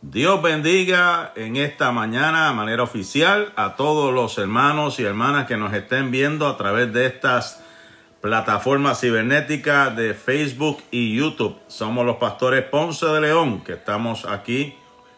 Dios bendiga en esta mañana de manera oficial a todos los hermanos y hermanas que nos estén viendo a través de estas plataformas cibernéticas de Facebook y YouTube. Somos los pastores Ponce de León, que estamos aquí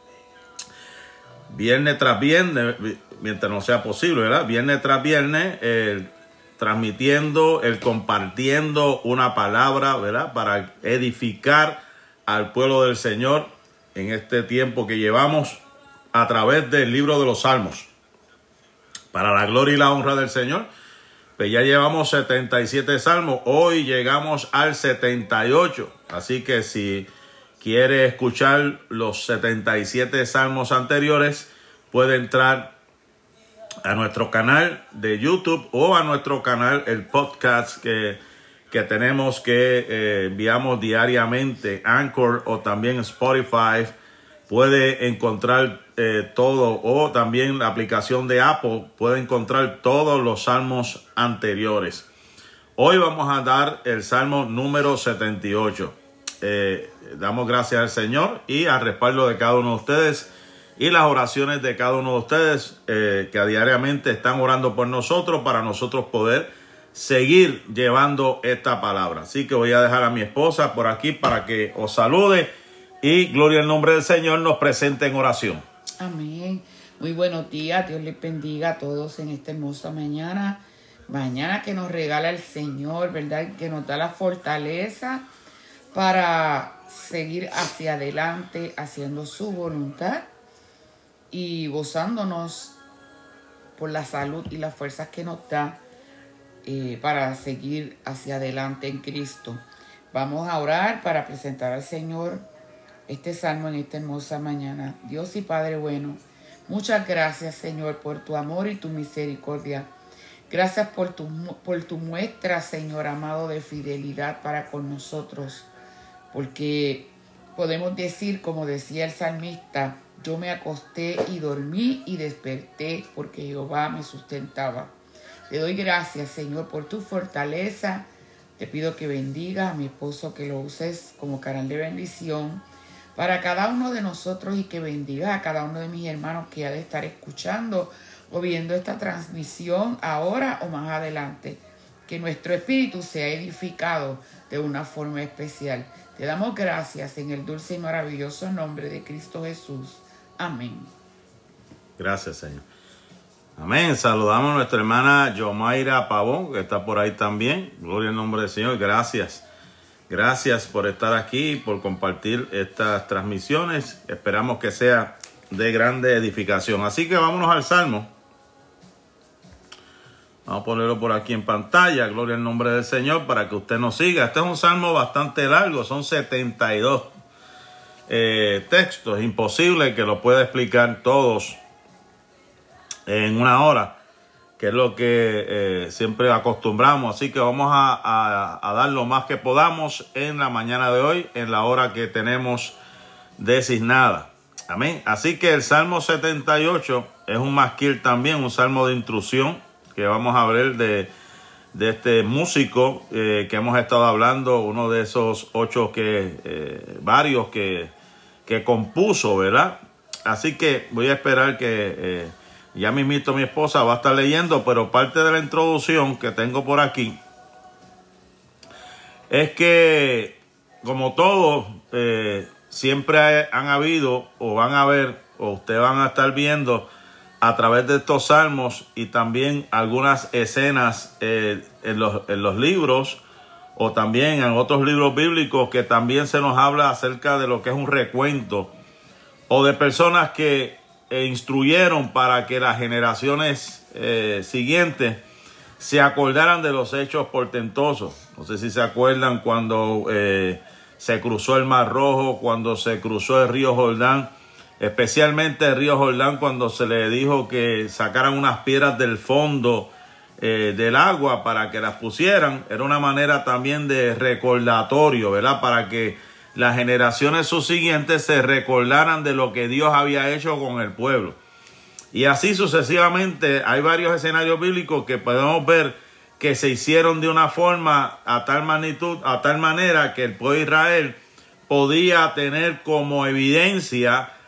viernes tras viernes, mientras no sea posible, ¿verdad? Viernes tras viernes, transmitiendo, compartiendo una palabra, ¿verdad? Para edificar al pueblo del Señor en este tiempo que llevamos a través del libro de los Salmos. Para la gloria y la honra del Señor, pues ya llevamos 77 salmos. Hoy llegamos al 78. Así que si quiere escuchar los 77 salmos anteriores, puede entrar a nuestro canal de YouTube o a nuestro canal, el podcast que tenemos, que enviamos diariamente, Anchor o también Spotify. Puede encontrar todo, o también la aplicación de Apple, puede encontrar todos los salmos anteriores. Hoy vamos a dar el salmo número 78. Damos gracias al Señor y al respaldo de cada uno de ustedes y las oraciones de cada uno de ustedes que diariamente están orando por nosotros, para nosotros poder seguir llevando esta palabra. Así que voy a dejar a mi esposa por aquí para que os salude y gloria al nombre del Señor, nos presente en oración. Amén. Muy buenos días. Dios les bendiga a todos en esta hermosa mañana. Mañana que nos regala el Señor, ¿verdad? Que nos da la fortaleza para seguir hacia adelante haciendo su voluntad y gozándonos por la salud y las fuerzas que nos da para seguir hacia adelante en Cristo. Vamos a orar para presentar al Señor este salmo en esta hermosa mañana. Dios y Padre bueno, muchas gracias, Señor, por tu amor y tu misericordia. Gracias por tu muestra, Señor amado, de fidelidad para con nosotros. Porque podemos decir, como decía el salmista, yo me acosté y dormí y desperté porque Jehová me sustentaba. Te doy gracias, Señor, por tu fortaleza. Te pido que bendiga a mi esposo, que lo uses como canal de bendición para cada uno de nosotros y que bendiga a cada uno de mis hermanos que ha de estar escuchando o viendo esta transmisión ahora o más adelante. Que nuestro espíritu sea edificado de una forma especial. Te damos gracias en el dulce y maravilloso nombre de Cristo Jesús. Amén. Gracias, Señor. Amén. Saludamos a nuestra hermana Yomaira Pavón, que está por ahí también. Gloria al nombre del Señor. Gracias. Gracias por estar aquí y por compartir estas transmisiones. Esperamos que sea de grande edificación. Así que vámonos al Salmo. Vamos a ponerlo por aquí en pantalla. Gloria al nombre del Señor para que usted nos siga. Este es un salmo bastante largo. Son 72 textos. Imposible que lo pueda explicar todos en una hora, que es lo que siempre acostumbramos. Así que vamos a dar lo más que podamos en la mañana de hoy, en la hora que tenemos designada. Amén. Así que el Salmo 78 es un masquil también, un salmo de instrucción, que vamos a ver de este músico que hemos estado hablando, uno de esos 8 varios que compuso, ¿verdad? Así que voy a esperar que ya mismito mi esposa va a estar leyendo, pero parte de la introducción que tengo por aquí es que, como todos, siempre han habido o van a ver, o ustedes van a estar viendo a través de estos salmos y también algunas escenas en los libros o también en otros libros bíblicos, que también se nos habla acerca de lo que es un recuento o de personas que instruyeron para que las generaciones siguientes se acordaran de los hechos portentosos. No sé si se acuerdan cuando se cruzó el Mar Rojo, cuando se cruzó el río Jordán, especialmente el río Jordán, cuando se le dijo que sacaran unas piedras del fondo del agua para que las pusieran. Era una manera también de recordatorio, ¿verdad? Para que las generaciones subsiguientes se recordaran de lo que Dios había hecho con el pueblo. Y así sucesivamente hay varios escenarios bíblicos que podemos ver que se hicieron de una forma a tal magnitud, a tal manera que el pueblo de Israel podía tener como evidencia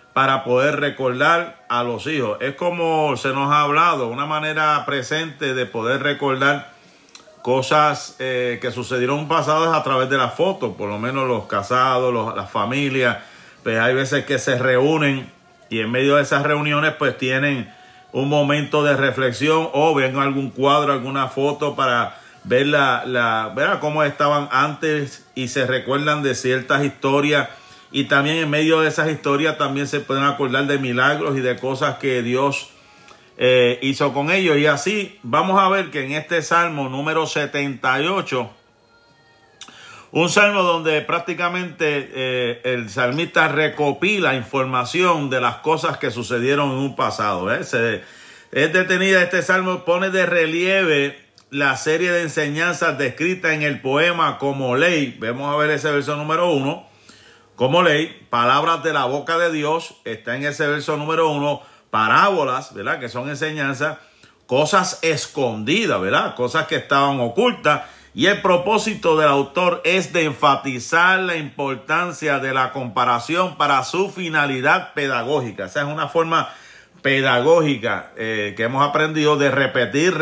para poder recordar a los hijos. Es como se nos ha hablado, una manera presente de poder recordar cosas que sucedieron en un pasado a través de las fotos, por lo menos los casados, las familias, pues hay veces que se reúnen y en medio de esas reuniones pues tienen un momento de reflexión o ven algún cuadro, alguna foto para ver ver cómo estaban antes y se recuerdan de ciertas historias, y también en medio de esas historias también se pueden acordar de milagros y de cosas que Dios hizo con ellos. Y así vamos a ver que en este Salmo número 78, un salmo donde prácticamente el salmista recopila información de las cosas que sucedieron en un pasado. Es detenida, este salmo pone de relieve la serie de enseñanzas descritas en el poema Como Ley. Vamos a ver ese verso número 1. Como ley, palabras de la boca de Dios, está en ese verso número 1. Parábolas, ¿verdad? Que son enseñanzas, cosas escondidas, ¿verdad? Cosas que estaban ocultas. Y el propósito del autor es de enfatizar la importancia de la comparación para su finalidad pedagógica. Esa es una forma pedagógica que hemos aprendido de repetir,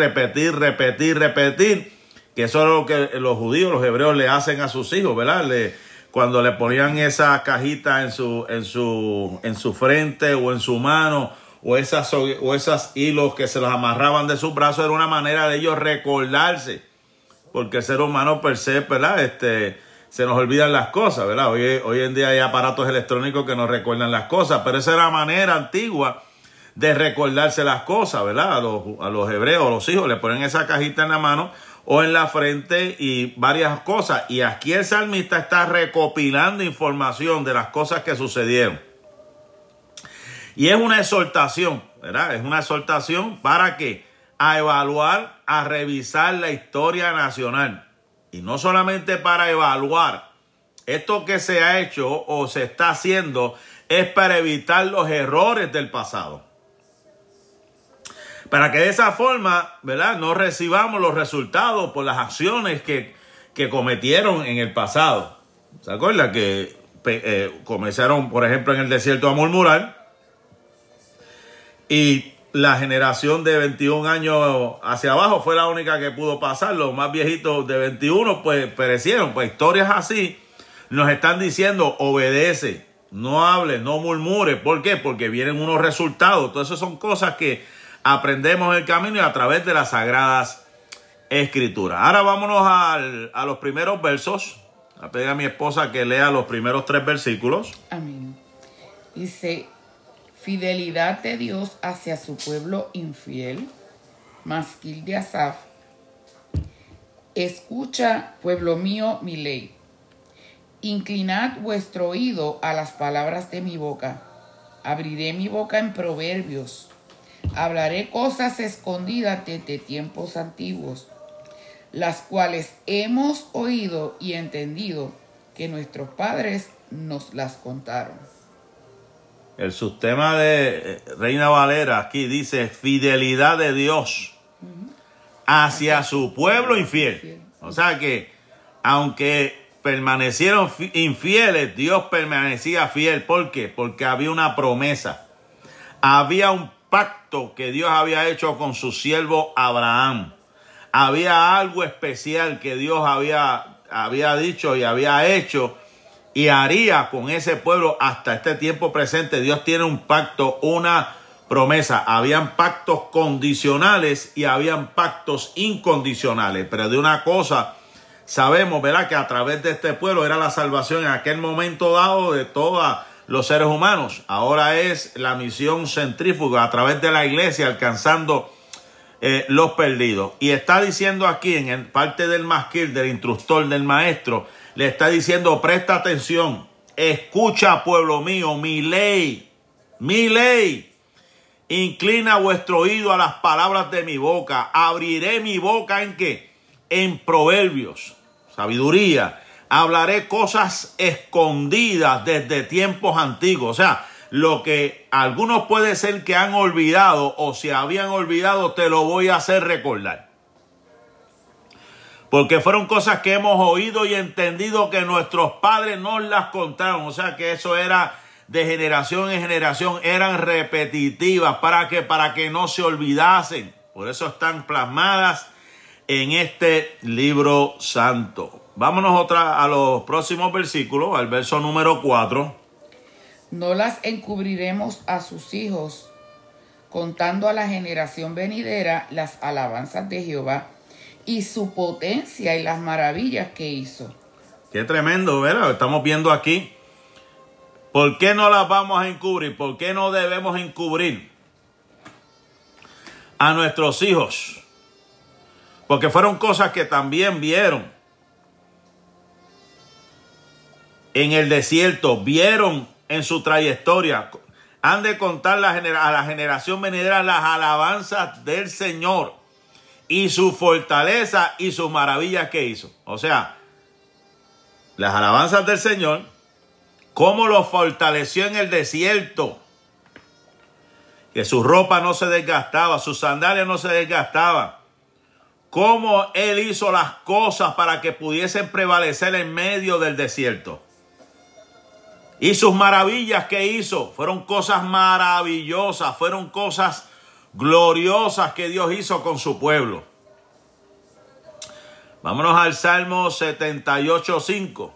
que eso es lo que los judíos, los hebreos le hacen a sus hijos, ¿verdad? Cuando le ponían esa cajita en su frente o en su mano, o esas hilos que se los amarraban de sus brazos, era una manera de ellos recordarse. Porque el ser humano per se, ¿verdad? Se nos olvidan las cosas, ¿verdad? Hoy en día hay aparatos electrónicos que nos recuerdan las cosas, pero esa era la manera antigua de recordarse las cosas, ¿verdad? A los hebreos, a los hijos, le ponen esa cajita en la mano o en la frente y varias cosas. Y aquí el salmista está recopilando información de las cosas que sucedieron. Y es una exhortación, ¿verdad? Es una exhortación para que a evaluar, a revisar la historia nacional. Y no solamente para evaluar. Esto que se ha hecho o se está haciendo es para evitar los errores del pasado. Para que de esa forma, ¿verdad?, no recibamos los resultados por las acciones que cometieron en el pasado. ¿Se acuerdan que comenzaron, por ejemplo, en el desierto a murmurar? Y la generación de 21 años hacia abajo fue la única que pudo pasar. Los más viejitos de 21 pues perecieron. Pues historias así nos están diciendo: obedece, no hable, no murmure. ¿Por qué? Porque vienen unos resultados. Todas esas son cosas que aprendemos en el camino y a través de las Sagradas Escrituras. Ahora vámonos a los primeros versos. A pedir a mi esposa que lea los primeros 3 versículos. Amén. Dice: fidelidad de Dios hacia su pueblo infiel. Masquil de Asaf. Escucha, pueblo mío, mi ley. Inclinad vuestro oído a las palabras de mi boca. Abriré mi boca en proverbios. Hablaré cosas escondidas desde tiempos antiguos, las cuales hemos oído y entendido que nuestros padres nos las contaron. El subtema de Reina Valera aquí dice: fidelidad de Dios hacia su pueblo infiel. O sea que aunque permanecieron infieles, Dios permanecía fiel. ¿Por qué? Porque había una promesa. Había un pacto que Dios había hecho con su siervo Abraham. Había algo especial que Dios había dicho y había hecho y haría con ese pueblo hasta este tiempo presente. Dios tiene un pacto, una promesa. Habían pactos condicionales y habían pactos incondicionales. Pero de una cosa sabemos, ¿verdad?, que a través de este pueblo era la salvación en aquel momento dado de todos los seres humanos. Ahora es la misión centrífuga a través de la iglesia alcanzando los perdidos. Y está diciendo aquí en parte del masquil, del instructor, del maestro, le está diciendo: presta atención, escucha, pueblo mío, mi ley, inclina vuestro oído a las palabras de mi boca. Abriré mi boca ¿en qué? En proverbios, sabiduría. Hablaré cosas escondidas desde tiempos antiguos. O sea, lo que algunos puede ser que han olvidado o se habían olvidado, te lo voy a hacer recordar. Porque fueron cosas que hemos oído y entendido que nuestros padres nos las contaron. O sea que eso era de generación en generación eran repetitivas para que no se olvidasen. Por eso están plasmadas en este libro santo. Vámonos a los próximos versículos, al verso número 4. No las encubriremos a sus hijos, contando a la generación venidera las alabanzas de Jehová y su potencia y las maravillas que hizo. Qué tremendo, ¿verdad? Estamos viendo aquí. ¿Por qué no las vamos a encubrir? ¿Por qué no debemos encubrir a nuestros hijos? Porque fueron cosas que también vieron en el desierto, vieron en su trayectoria. Han de contar a la generación venidera las alabanzas del Señor y su fortaleza y sus maravillas que hizo. O sea, las alabanzas del Señor, cómo lo fortaleció en el desierto, que su ropa no se desgastaba, sus sandalias no se desgastaban, cómo Él hizo las cosas para que pudiesen prevalecer en medio del desierto. Y sus maravillas que hizo, fueron cosas maravillosas, fueron cosas gloriosas que Dios hizo con su pueblo. Vámonos al Salmo 78:5.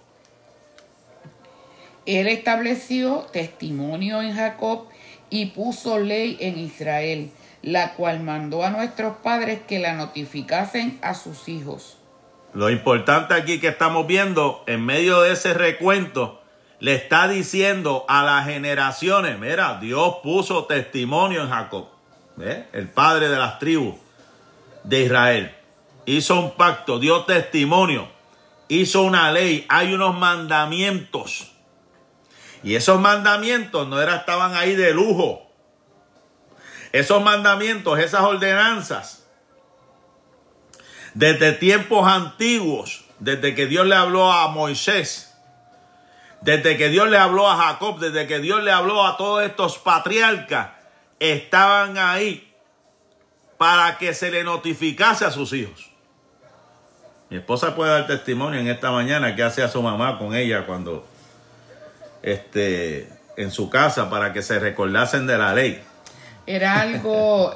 Él estableció testimonio en Jacob y puso ley en Israel, la cual mandó a nuestros padres que la notificasen a sus hijos. Lo importante aquí que estamos viendo, en medio de ese recuento, le está diciendo a las generaciones, mira, Dios puso testimonio en Jacob, ¿ve? El padre de las tribus de Israel. Hizo un pacto, dio testimonio, hizo una ley, hay unos mandamientos. Y esos mandamientos no estaban ahí de lujo. Esos mandamientos, esas ordenanzas, desde tiempos antiguos, desde que Dios le habló a Moisés, desde que Dios le habló a Jacob, desde que Dios le habló a todos estos patriarcas, estaban ahí para que se le notificase a sus hijos. Mi esposa puede dar testimonio en esta mañana que hacía su mamá con ella cuando en su casa para que se recordasen de la ley. Era algo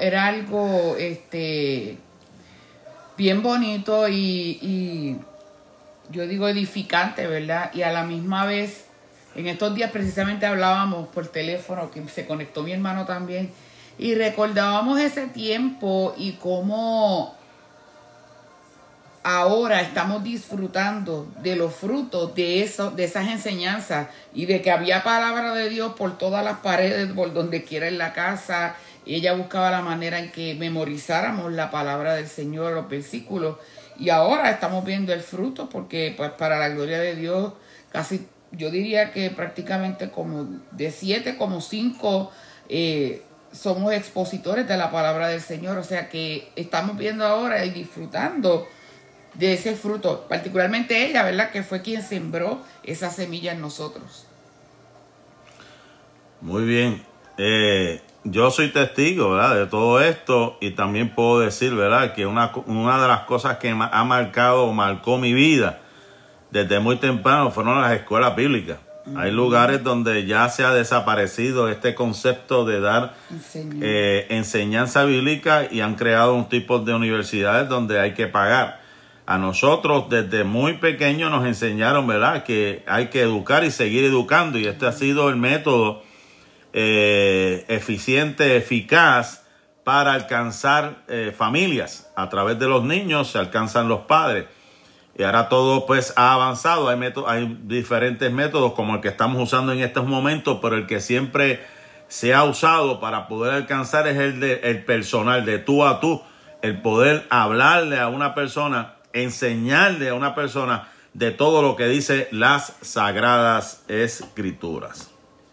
bien bonito y yo digo edificante, ¿verdad? Y a la misma vez, en estos días precisamente hablábamos por teléfono, que se conectó mi hermano también, y recordábamos ese tiempo y cómo ahora estamos disfrutando de los frutos de esas enseñanzas y de que había palabra de Dios por todas las paredes, por donde quiera en la casa. Ella buscaba la manera en que memorizáramos la palabra del Señor, los versículos. Y ahora estamos viendo el fruto porque, pues, para la gloria de Dios, casi, yo diría que prácticamente como de 7, como 5 somos expositores de la palabra del Señor. O sea que estamos viendo ahora y disfrutando de ese fruto, particularmente ella, ¿verdad? Que fue quien sembró esa semilla en nosotros. Muy bien. Yo soy testigo, ¿verdad?, de todo esto, y también puedo decir, ¿verdad?, que una de las cosas que marcó mi vida desde muy temprano fueron las escuelas bíblicas. Hay lugares donde ya se ha desaparecido este concepto de dar enseñanza bíblica y han creado un tipo de universidades donde hay que pagar. A nosotros desde muy pequeños nos enseñaron, ¿verdad?, que hay que educar y seguir educando, y este ha sido el método eficiente, eficaz para alcanzar familias. A través de los niños se alcanzan los padres. Y ahora todo pues ha avanzado. Hay diferentes métodos como el que estamos usando en estos momentos, pero el que siempre se ha usado para poder alcanzar es el personal, de tú a tú. El poder hablarle a una persona, enseñarle a una persona de todo lo que dice las Sagradas Escrituras.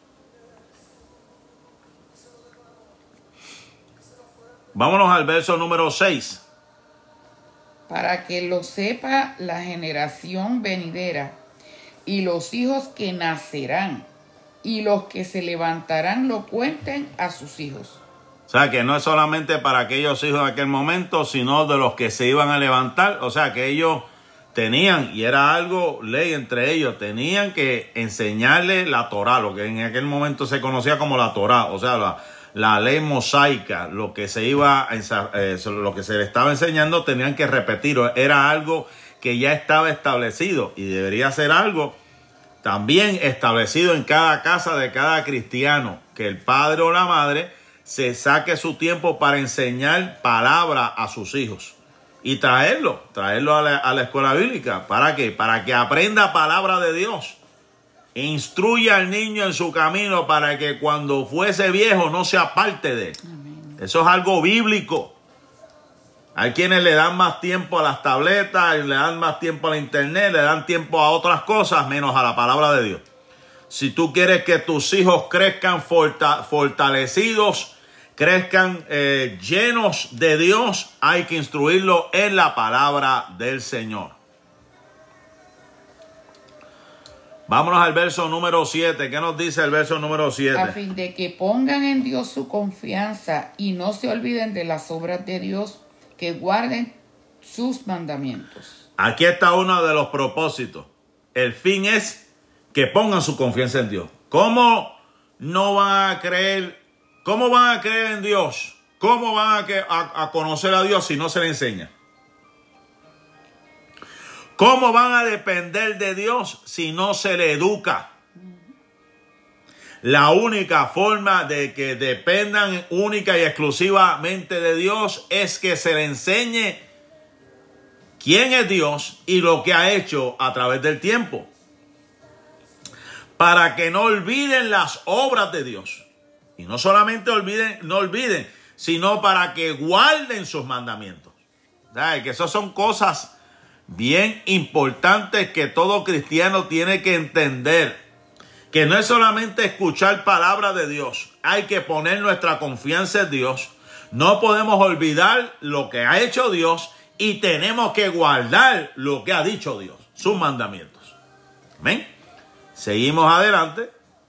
Vámonos al verso número 6. Para que lo sepa la generación venidera y los hijos que nacerán y los que se levantarán lo cuenten a sus hijos. O sea, que no es solamente para aquellos hijos de aquel momento, sino de los que se iban a levantar. O sea, que ellos tenían, y era algo ley entre ellos, tenían que enseñarle la Torá, lo que en aquel momento se conocía como la Torá, o sea, la ley mosaica, lo que se lo que se le estaba enseñando tenían que repetirlo. Era algo que ya estaba establecido y debería ser algo también establecido en cada casa de cada cristiano, que el padre o la madre se saque su tiempo para enseñar palabra a sus hijos y traerlo a la escuela bíblica. ¿Para qué? Para que aprenda palabra de Dios. Instruya al niño en su camino para que cuando fuese viejo no se aparte de él. Amén. Eso es algo bíblico. Hay quienes le dan más tiempo a las tabletas, le dan más tiempo a la internet, le dan tiempo a otras cosas menos a la palabra de Dios. Si tú quieres que tus hijos crezcan fortalecidos, crezcan llenos de Dios, hay que instruirlos en la palabra del Señor. Vámonos al verso número 7. ¿Qué nos dice el verso número 7? A fin de que pongan en Dios su confianza y no se olviden de las obras de Dios, que guarden sus mandamientos. Aquí está uno de los propósitos. El fin es que pongan su confianza en Dios. ¿Cómo no van a creer? ¿Cómo van a creer en Dios? ¿Cómo van a conocer a Dios si no se le enseña? ¿Cómo van a depender de Dios si no se le educa? La única forma de que dependan única y exclusivamente de Dios es que se le enseñe quién es Dios y lo que ha hecho a través del tiempo. Para que no olviden las obras de Dios. Y no solamente no olviden, sino para que guarden sus mandamientos. ¿Sabes? Que esas son cosas bien importantes que todo cristiano tiene que entender. Que no es solamente escuchar palabras de Dios. Hay que poner nuestra confianza en Dios. No podemos olvidar lo que ha hecho Dios y tenemos que guardar lo que ha dicho Dios, sus mandamientos. Amén. Seguimos adelante.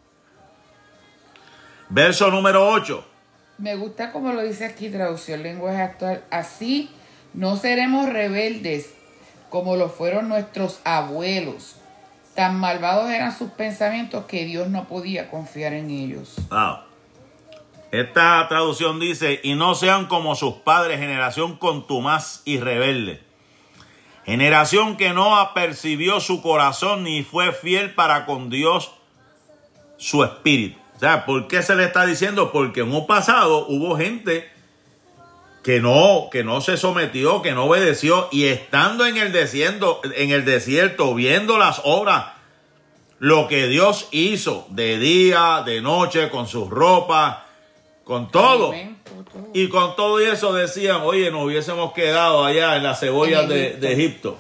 Verso número 8. Me gusta como lo dice aquí, traducción lenguaje actual. Así no seremos rebeldes como lo fueron nuestros abuelos. Tan malvados eran sus pensamientos que Dios no podía confiar en ellos. Wow. Esta traducción dice, y no sean como sus padres, generación contumaz y rebelde. Generación que no apercibió su corazón ni fue fiel para con Dios su espíritu. O sea, ¿por qué se le está diciendo? Porque en un pasado hubo gente que no se sometió, que no obedeció, y estando en el desierto, viendo las obras, lo que Dios hizo de día, de noche, con sus ropas, con todo. Y con todo eso decían, oye, nos hubiésemos quedado allá en las cebollas de Egipto.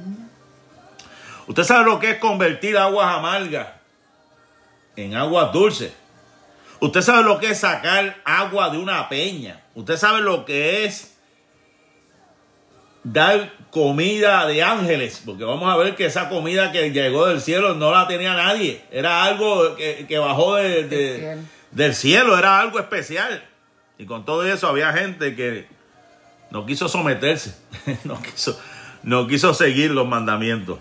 Usted sabe lo que es convertir aguas amargas en aguas dulces. Usted sabe lo que es sacar agua de una peña. Usted sabe lo que es dar comida de ángeles. Porque vamos a ver que esa comida que llegó del cielo no la tenía nadie. Era algo que bajó del cielo. Era algo especial. Y con todo eso había gente que no quiso someterse. no quiso seguir los mandamientos.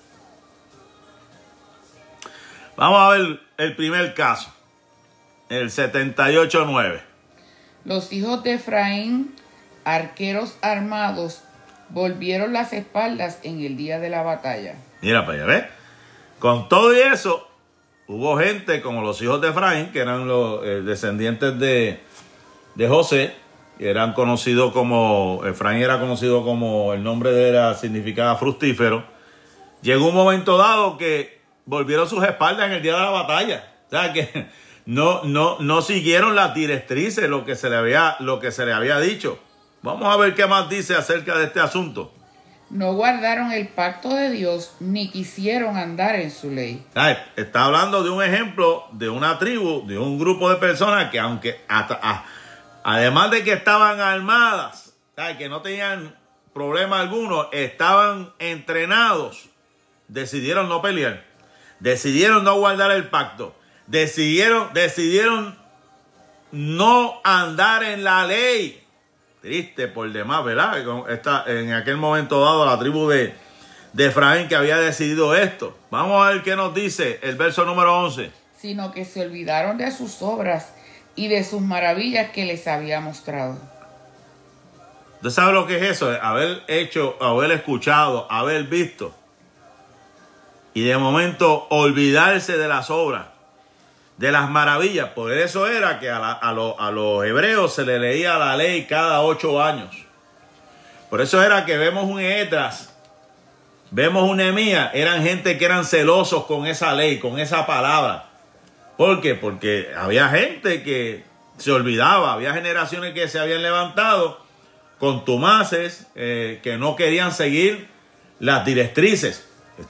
Vamos a ver el primer caso. El 78:9. Los hijos de Efraín, arqueros armados, volvieron las espaldas en el día de la batalla. Mira para allá, ¿ves? Con todo y eso, hubo gente como los hijos de Efraín, que eran los descendientes de José, que eran conocidos como, Efraín era conocido como, el nombre de él significaba fructífero. Llegó un momento dado que volvieron sus espaldas en el día de la batalla. O sea que no siguieron las directrices, lo que se le había dicho. Vamos a ver qué más dice acerca de este asunto. No guardaron el pacto de Dios ni quisieron andar en su ley. Está hablando de un ejemplo de una tribu, de un grupo de personas que aunque además de que estaban armadas, que no tenían problema alguno, estaban entrenados, decidieron no pelear, decidieron no guardar el pacto. Decidieron no andar en la ley. Triste por demás, ¿verdad? En aquel momento dado, la tribu de de Efraín que había decidido esto. Vamos a ver qué nos dice el verso número 11. Sino que se olvidaron de sus obras y de sus maravillas que les había mostrado. ¿Usted sabe lo que es eso? Haber hecho, haber escuchado, haber visto. Y de momento olvidarse de las obras, de las maravillas. Por eso era que a los hebreos se le leía la ley cada 8 años. Por eso era que vemos un Esdras, vemos un Nehemías, eran gente que eran celosos con esa ley, con esa palabra. ¿Por qué? Porque había gente que se olvidaba, había generaciones que se habían levantado contumaces, que no querían seguir las directrices.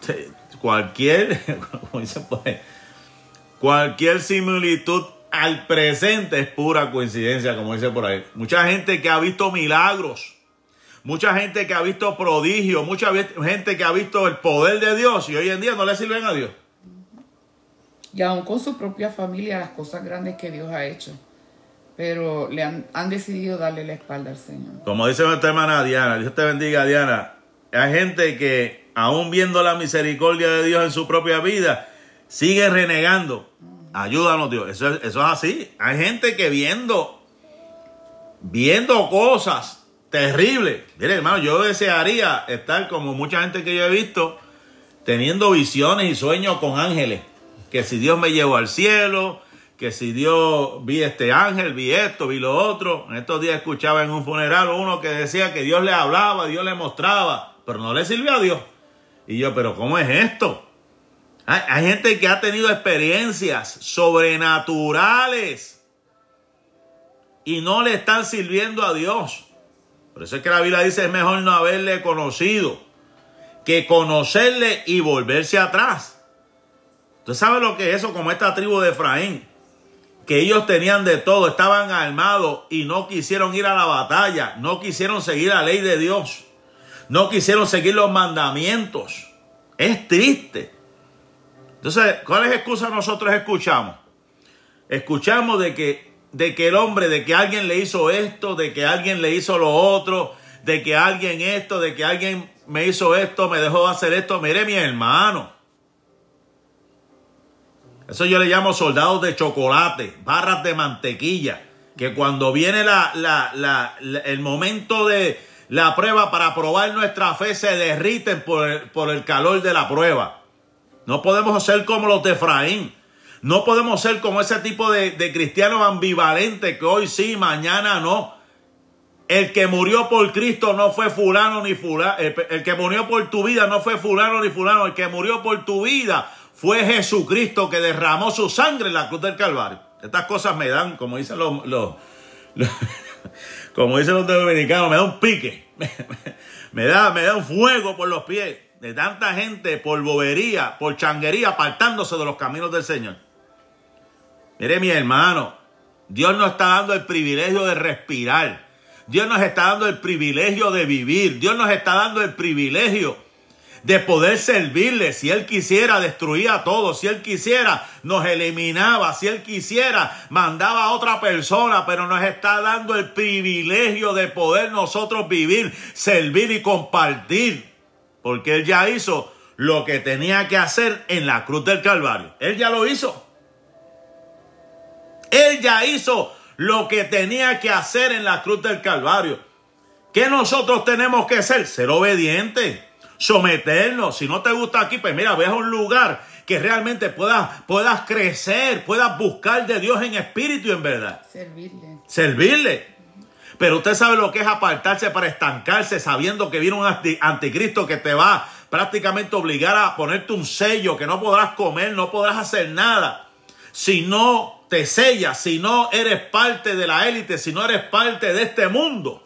Cualquier similitud al presente es pura coincidencia, como dice por ahí. Mucha gente que ha visto milagros, mucha gente que ha visto prodigios, mucha gente que ha visto el poder de Dios y hoy en día no le sirven a Dios. Y aún con su propia familia, las cosas grandes que Dios ha hecho. Pero le han decidido darle la espalda al Señor. Como dice nuestra hermana Diana, Dios te bendiga, Diana. Hay gente que, aún viendo la misericordia de Dios en su propia vida, sigue renegando. Ayúdanos, Dios. Eso es así. Hay gente que viendo cosas terribles. Mire, hermano, yo desearía estar como mucha gente que yo he visto, teniendo visiones y sueños con ángeles. Que si Dios me llevó al cielo, que si Dios, vi este ángel, vi esto, vi lo otro. En estos días escuchaba en un funeral uno que decía que Dios le hablaba, Dios le mostraba, pero no le sirvió a Dios. Y yo, pero ¿cómo es esto? Hay gente que ha tenido experiencias sobrenaturales y no le están sirviendo a Dios. Por eso es que la Biblia dice, es mejor no haberle conocido que conocerle y volverse atrás. ¿Usted sabe lo que es eso? Como esta tribu de Efraín, que ellos tenían de todo, estaban armados y no quisieron ir a la batalla, no quisieron seguir la ley de Dios, no quisieron seguir los mandamientos. Es triste. Entonces, ¿cuáles excusas nosotros escuchamos? Escuchamos de que el hombre, de que alguien le hizo esto, de que alguien le hizo lo otro, de que alguien esto, de que alguien me hizo esto, me dejó de hacer esto. Mire, mi hermano, eso yo le llamo soldados de chocolate, barras de mantequilla, que cuando viene el momento de la prueba para probar nuestra fe se derriten por el calor de la prueba. No podemos ser como los de Efraín. No podemos ser como ese tipo de cristianos ambivalentes que hoy sí, mañana no. El que murió por Cristo no fue fulano ni fulano. El que murió por tu vida no fue fulano ni fulano. El que murió por tu vida fue Jesucristo, que derramó su sangre en la cruz del Calvario. Estas cosas me dan, como dicen como dicen los dominicanos, me da un pique. me da un fuego por los pies de tanta gente por bobería, por changuería, apartándose de los caminos del Señor. Mire, mi hermano, Dios nos está dando el privilegio de respirar. Dios nos está dando el privilegio de vivir. Dios nos está dando el privilegio de poder servirle. Si Él quisiera, destruía a todos. Si Él quisiera, nos eliminaba. Si Él quisiera, mandaba a otra persona. Pero nos está dando el privilegio de poder nosotros vivir, servir y compartir. Porque Él ya hizo lo que tenía que hacer en la cruz del Calvario. Él ya lo hizo. Él ya hizo lo que tenía que hacer en la cruz del Calvario. ¿Qué nosotros tenemos que hacer? Ser obedientes, someternos. Si no te gusta aquí, pues mira, ve a un lugar que realmente puedas crecer, puedas buscar de Dios en espíritu y en verdad. Servirle. Pero usted sabe lo que es apartarse para estancarse, sabiendo que viene un anticristo que te va prácticamente a obligar a ponerte un sello, que no podrás comer, no podrás hacer nada. Si no te sellas, si no eres parte de la élite, si no eres parte de este mundo.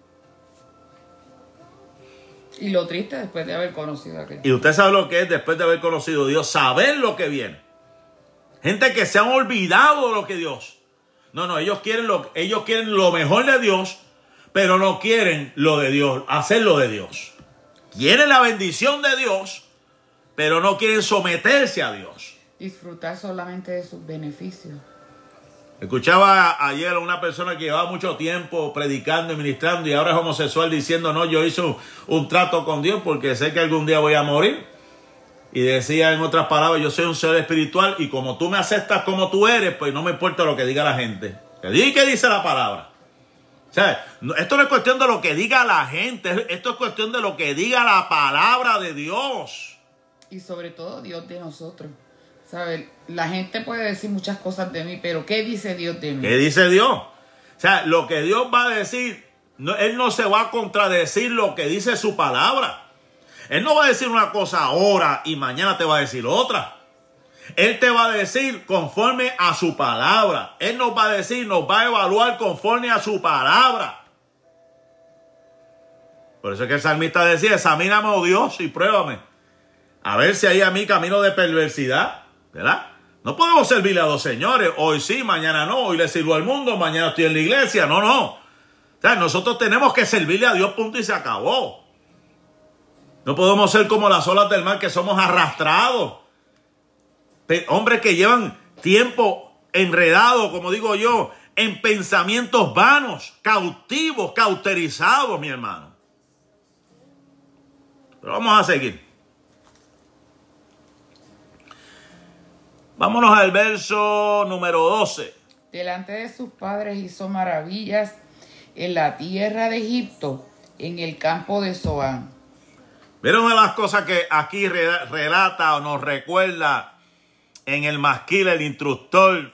Y lo triste después de haber conocido a Cristo. Y usted sabe lo que es después de haber conocido a Dios, saber lo que viene. Gente que se han olvidado de lo que Dios. No, ellos quieren lo mejor de Dios, pero no quieren lo de Dios, hacer lo de Dios. Quieren la bendición de Dios, pero no quieren someterse a Dios. Disfrutar solamente de sus beneficios. Escuchaba ayer a una persona que llevaba mucho tiempo predicando y ministrando y ahora es homosexual diciendo, no, yo hice un trato con Dios porque sé que algún día voy a morir. Y decía en otras palabras, yo soy un ser espiritual y como tú me aceptas como tú eres, pues no me importa lo que diga la gente. ¿Qué dice la palabra? O sea, esto no es cuestión de lo que diga la gente, esto es cuestión de lo que diga la palabra de Dios. Y sobre todo Dios de nosotros. ¿Sabes? La gente puede decir muchas cosas de mí, pero ¿qué dice Dios de mí? ¿Qué dice Dios? O sea, lo que Dios va a decir, Él no se va a contradecir lo que dice su palabra. Él no va a decir una cosa ahora y mañana te va a decir otra. Él te va a decir conforme a su palabra. Él nos va a decir, nos va a evaluar conforme a su palabra. Por eso es que el salmista decía, examíname, oh Dios, y pruébame. A ver si hay a mí camino de perversidad, ¿verdad? No podemos servirle a dos señores. Hoy sí, mañana no. Hoy le sirvo al mundo, mañana estoy en la iglesia. No, no. O sea, nosotros tenemos que servirle a Dios, punto y se acabó. No podemos ser como las olas del mar que somos arrastrados. Hombres que llevan tiempo enredados, como digo yo, en pensamientos vanos, cautivos, cauterizados, mi hermano. Pero vamos a seguir. Vámonos al verso número 12. Delante de sus padres hizo maravillas en la tierra de Egipto, en el campo de Zoán. ¿Vieron una de las cosas que aquí relata o nos recuerda en el masquil, el instructor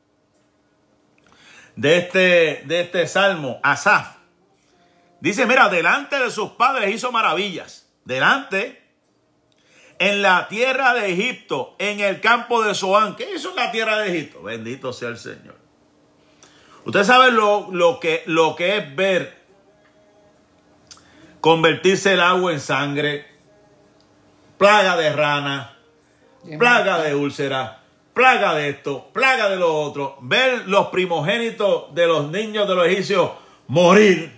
de este salmo, Asaf? Dice, mira, delante de sus padres hizo maravillas. Delante, en la tierra de Egipto, en el campo de Zoán. ¿Qué hizo en la tierra de Egipto? Bendito sea el Señor. Usted sabe lo que es ver convertirse el agua en sangre, plaga de rana, plaga de úlcera, plaga de esto, plaga de lo otro, ver los primogénitos de los niños de los egipcios morir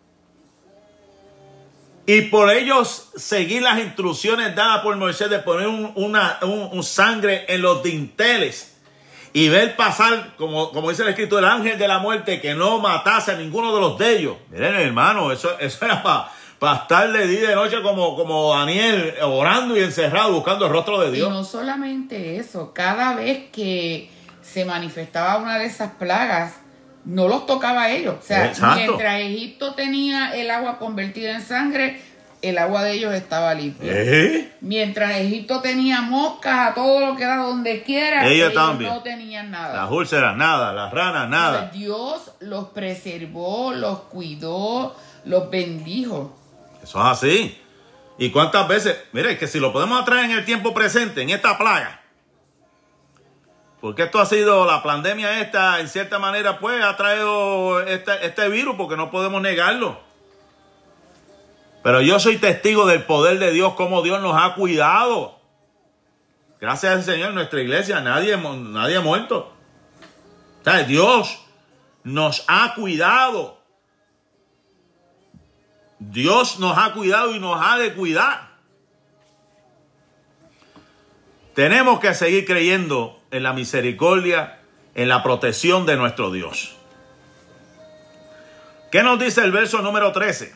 y por ellos seguir las instrucciones dadas por Moisés de poner un sangre en los dinteles y ver pasar, como dice el escrito, el ángel de la muerte que no matase a ninguno de los de ellos. Miren, hermano, eso era para estar de día y de noche como Daniel, orando y encerrado, buscando el rostro de Dios. Y no solamente eso, cada vez que se manifestaba una de esas plagas, no los tocaba a ellos. O sea, exacto. Mientras Egipto tenía el agua convertida en sangre, el agua de ellos estaba limpia. Mientras Egipto tenía moscas a todo lo que era donde quiera, ellos no tenían nada. Las úlceras, nada. Las ranas, nada. Pero Dios los preservó, los cuidó, los bendijo. Eso es así. ¿Y cuántas veces? Mire, que si lo podemos traer en el tiempo presente, en esta plaga, porque esto ha sido, la pandemia esta, en cierta manera, pues, ha traído este virus, porque no podemos negarlo. Pero yo soy testigo del poder de Dios, cómo Dios nos ha cuidado. Gracias al Señor, en nuestra iglesia, nadie ha muerto. O sea, Dios nos ha cuidado. Dios nos ha cuidado y nos ha de cuidar. Tenemos que seguir creyendo en la misericordia, en la protección de nuestro Dios. ¿Qué nos dice el verso número 13?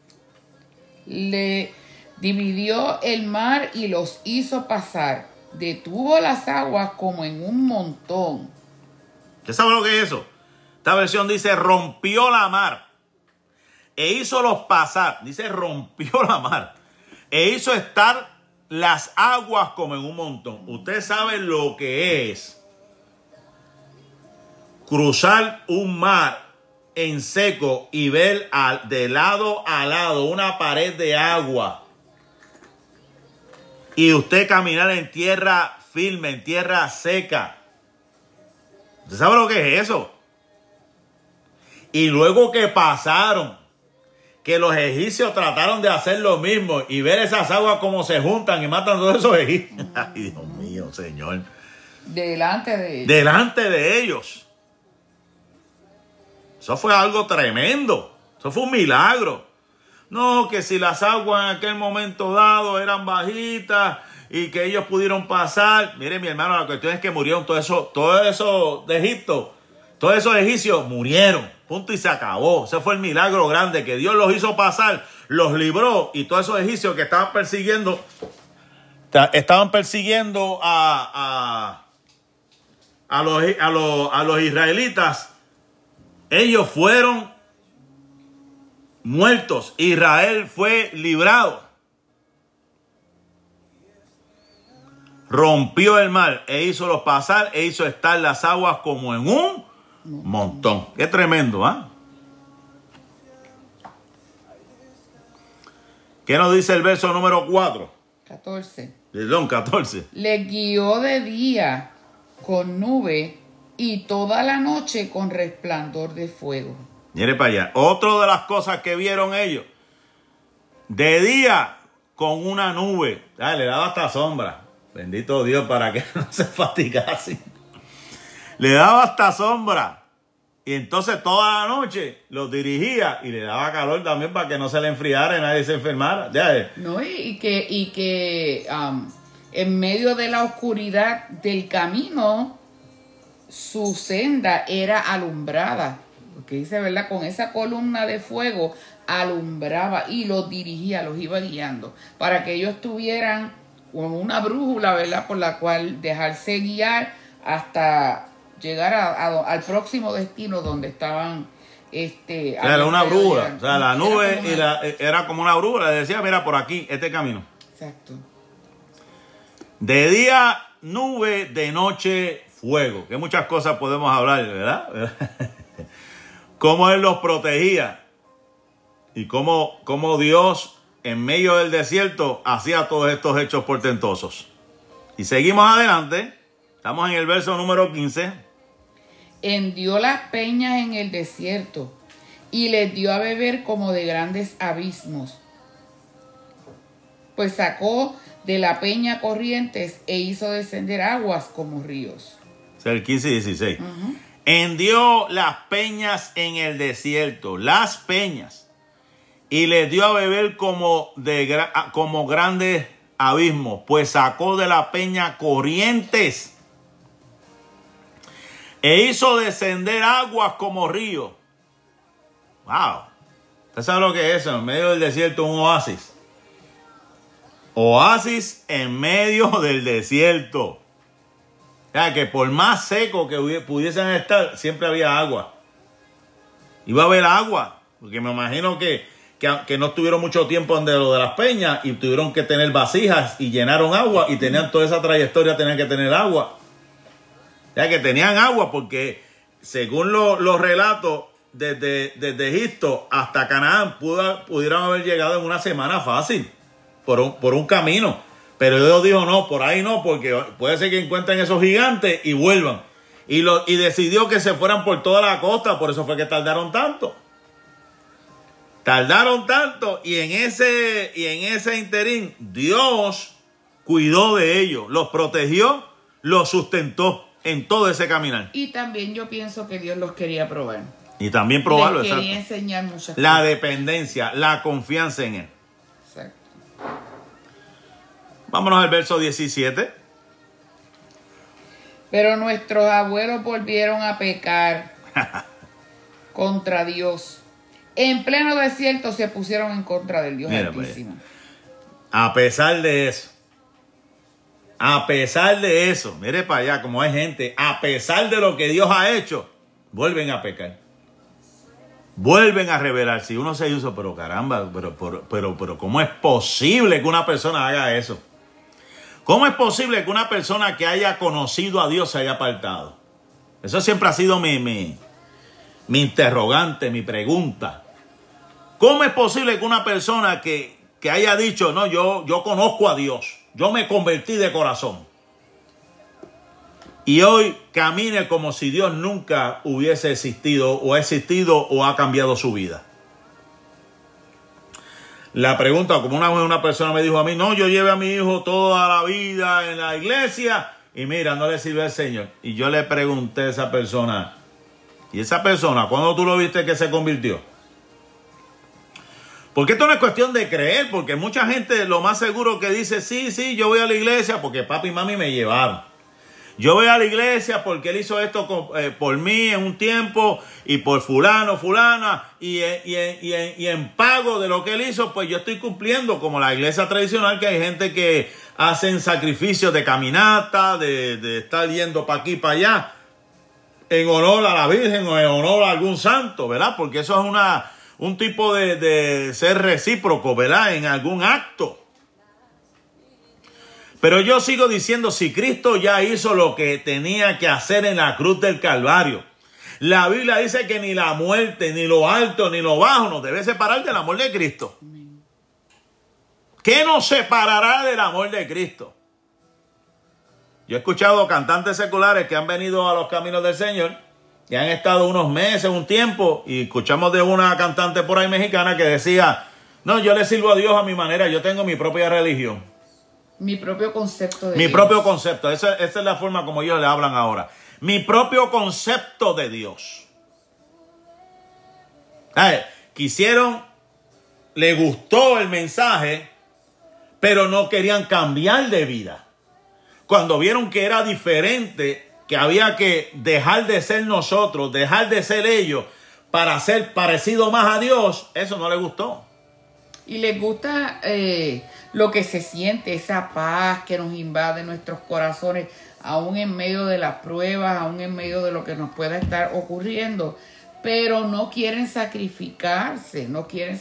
Le dividió el mar y los hizo pasar. Detuvo las aguas como en un montón. ¿Usted sabe lo que es eso? Esta versión dice rompió la mar. E hízolos pasar, dice rompió la mar, e hizo estar las aguas como en un montón. Usted sabe lo que es cruzar un mar en seco y ver de lado a lado una pared de agua y usted caminar en tierra firme, en tierra seca. ¿Usted sabe lo que es eso? Y luego que pasaron, que los egipcios trataron de hacer lo mismo y ver esas aguas como se juntan y matan a todos esos egipcios. Ay, Dios mío, Señor. Delante de ellos. Delante de ellos. Eso fue algo tremendo. Eso fue un milagro. No, que si las aguas en aquel momento dado eran bajitas y que ellos pudieron pasar. Mire, mi hermano, la cuestión es que murieron todos esos de Egipto. Todos esos egipcios murieron. Punto y se acabó. Ese fue el milagro grande que Dios los hizo pasar, los libró, y todos esos egipcios que estaban persiguiendo a los israelitas, ellos fueron muertos. Israel fue librado. Rompió el mar e hizo pasar e hizo estar las aguas como en un montón. Qué tremendo, ¿ah? ¿Qué nos dice el verso número 4? 14. Perdón, 14. Le guió de día con nube y toda la noche con resplandor de fuego. Mire para allá. Otra de las cosas que vieron ellos. De día con una nube. Le daba hasta sombra. Bendito Dios para que no se fatigase. Le daba hasta sombra. Y entonces toda la noche los dirigía y le daba calor también para que no se le enfriara y nadie se enfermara. No, y que en medio de la oscuridad del camino, su senda era alumbrada. Porque dice, ¿verdad? Con esa columna de fuego alumbraba y los dirigía, los iba guiando. Para que ellos tuvieran con una brújula, ¿verdad? Por la cual dejarse guiar hasta llegar al próximo destino donde estaban. Era una brújula. O sea, la nube era como una brújula. Le decía, mira, por aquí, este camino. Exacto. De día, nube, de noche, fuego. Que muchas cosas podemos hablar, ¿verdad? Cómo Él los protegía. Y cómo Dios, en medio del desierto, hacía todos estos hechos portentosos. Y seguimos adelante. Estamos en el verso número 15. Hendió las peñas en el desierto y les dio a beber como de grandes abismos. Pues sacó de la peña corrientes e hizo descender aguas como ríos. O sea, el 15 y 16. Hendió las peñas en el desierto, las peñas, y les dio a beber como grandes abismos, pues sacó de la peña corrientes e hizo descender aguas como ríos. Wow. ¿Usted sabe lo que es eso? En medio del desierto, un oasis. Oasis en medio del desierto. O sea, que por más seco que pudiesen estar, siempre había agua. Iba a haber agua. Porque me imagino que no estuvieron mucho tiempo donde lo de las peñas y tuvieron que tener vasijas y llenaron agua y tenían toda esa trayectoria, tenían que tener agua. Ya que tenían agua porque según los relatos desde Egipto hasta Canaán pudieron haber llegado en una semana fácil por un camino. Pero Dios dijo no, por ahí no, porque puede ser que encuentren esos gigantes y vuelvan. Y decidió que se fueran por toda la costa, por eso fue que tardaron tanto. Tardaron tanto y en ese interín Dios cuidó de ellos, los protegió, los sustentó en todo ese caminar. Y también yo pienso que Dios los quería probar. Y también probarlo, les quería enseñar muchas cosas. La dependencia, la confianza en Él. Exacto. Vámonos al verso 17. Pero nuestros abuelos volvieron a pecar contra Dios. En pleno desierto se pusieron en contra del Dios Altísimo. A pesar de eso, mire para allá como hay gente, a pesar de lo que Dios ha hecho, vuelven a pecar. Vuelven a rebelarse. Si uno se dice, pero caramba, pero ¿cómo es posible que una persona haga eso? ¿Cómo es posible que una persona que haya conocido a Dios se haya apartado? Eso siempre ha sido mi interrogante, mi pregunta. ¿Cómo es posible que una persona que haya dicho, no, yo conozco a Dios, yo me convertí de corazón, y hoy camine como si Dios nunca hubiese existido o ha cambiado su vida? La pregunta, como una vez una persona me dijo a mí, no, yo llevé a mi hijo toda la vida en la iglesia y mira, no le sirve al Señor. Y yo le pregunté a esa persona, ¿y esa persona cuándo tú lo viste que se convirtió? Porque esto no es cuestión de creer, porque mucha gente lo más seguro que dice, sí, yo voy a la iglesia porque papi y mami me llevaron. Yo voy a la iglesia porque él hizo esto por mí en un tiempo y por fulano, fulana, y en pago de lo que él hizo, pues yo estoy cumpliendo, como la iglesia tradicional, que hay gente que hacen sacrificios de caminata, de estar yendo para aquí, para allá, en honor a la Virgen o en honor a algún santo, ¿verdad? Porque eso es un tipo de ser recíproco, ¿verdad? En algún acto. Pero yo sigo diciendo, si Cristo ya hizo lo que tenía que hacer en la cruz del Calvario, la Biblia dice que ni la muerte, ni lo alto, ni lo bajo nos debe separar del amor de Cristo. ¿Qué nos separará del amor de Cristo? Yo he escuchado cantantes seculares que han venido a los caminos del Señor y han estado unos meses, un tiempo, y escuchamos de una cantante por ahí mexicana que decía, no, yo le sirvo a Dios a mi manera, yo tengo mi propia religión. Mi propio concepto de Mi Dios. propio concepto. Esa es la forma como ellos le hablan ahora. Mi propio concepto de Dios. Le gustó el mensaje, pero no querían cambiar de vida. Cuando vieron que era diferente, que había que dejar de ser nosotros, dejar de ser ellos, para ser parecido más a Dios, eso no les gustó. Y les gusta lo que se siente, esa paz que nos invade nuestros corazones, aún en medio de las pruebas, aún en medio de lo que nos pueda estar ocurriendo. Pero no quieren sacrificarse, no quieren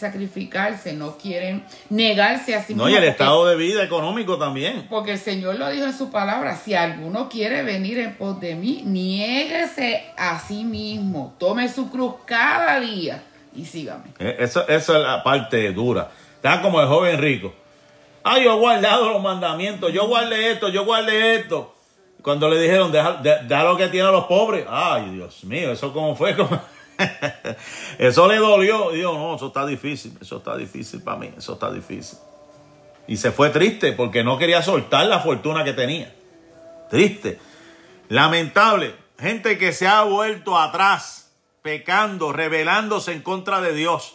negarse a sí mismos. No, y el estado de vida económico también. Porque el Señor lo dijo en su palabra, si alguno quiere venir en pos de mí, niéguese a sí mismo, tome su cruz cada día y sígame. Eso es la parte dura. Está como el joven rico. Yo he guardado los mandamientos, yo guardé esto. Cuando le dijeron, da lo que tienen los pobres. Ay, Dios mío, eso cómo fue. Eso le dolió. Dijo, no, eso está difícil para mí, eso está difícil. Y se fue triste porque no quería soltar la fortuna que tenía. Triste. Lamentable. Gente que se ha vuelto atrás, pecando, rebelándose en contra de Dios.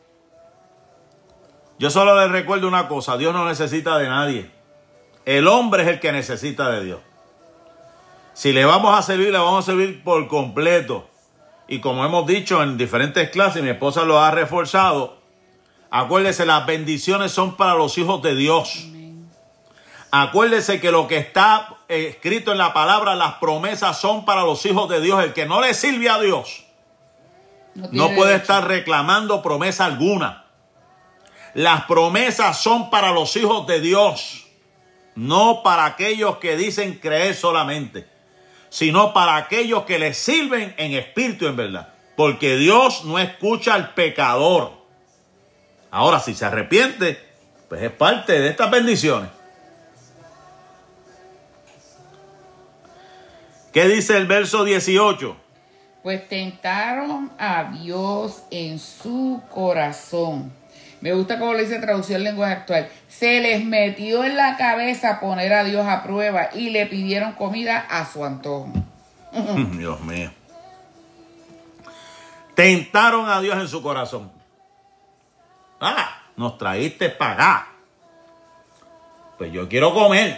Yo solo les recuerdo una cosa, Dios no necesita de nadie. El hombre es el que necesita de Dios. Si le vamos a servir por completo. Y como hemos dicho en diferentes clases, mi esposa lo ha reforzado, acuérdese, las bendiciones son para los hijos de Dios. Amén. Acuérdese que lo que está escrito en la palabra, las promesas son para los hijos de Dios. El que no le sirve a Dios no puede estar reclamando promesa alguna. Las promesas son para los hijos de Dios, no para aquellos que dicen creer solamente, sino para aquellos que le sirven en espíritu y en verdad. Porque Dios no escucha al pecador. Ahora, si se arrepiente, pues es parte de estas bendiciones. ¿Qué dice el verso 18? Pues tentaron a Dios en su corazón. Me gusta como lo dice traducción lenguaje actual. Se les metió en la cabeza poner a Dios a prueba y le pidieron comida a su antojo. Dios mío. Tentaron a Dios en su corazón. Nos traíste para acá. Pues yo quiero comer.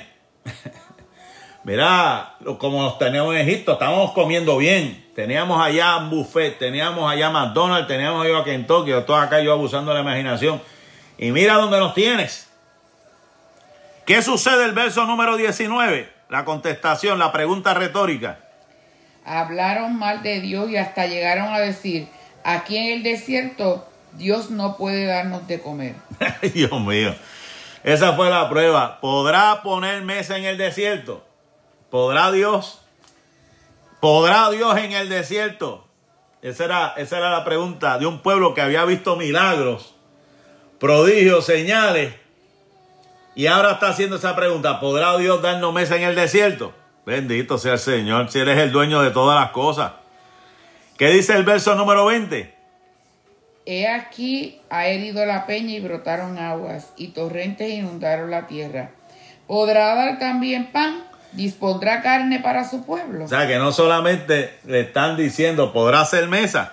Mira, como nos teníamos en Egipto, estábamos comiendo bien. Teníamos allá un buffet, teníamos allá McDonald's, teníamos allá Kentucky, todos acá yo abusando de la imaginación. Y mira dónde nos tienes. ¿Qué sucede el verso número 19? La contestación, la pregunta retórica. Hablaron mal de Dios y hasta llegaron a decir, aquí en el desierto Dios no puede darnos de comer. Dios mío, esa fue la prueba. ¿Podrá poner mesa en el desierto? ¿Podrá Dios? ¿Podrá Dios en el desierto? Esa era la pregunta de un pueblo que había visto milagros, prodigios, señales. Y ahora está haciendo esa pregunta. ¿Podrá Dios darnos mesa en el desierto? Bendito sea el Señor, si Él es el dueño de todas las cosas. ¿Qué dice el verso número 20? He aquí ha herido la peña y brotaron aguas, y torrentes inundaron la tierra. ¿Podrá dar también pan? ¿Dispondrá carne para su pueblo? O sea, que no solamente le están diciendo, ¿podrá hacer mesa?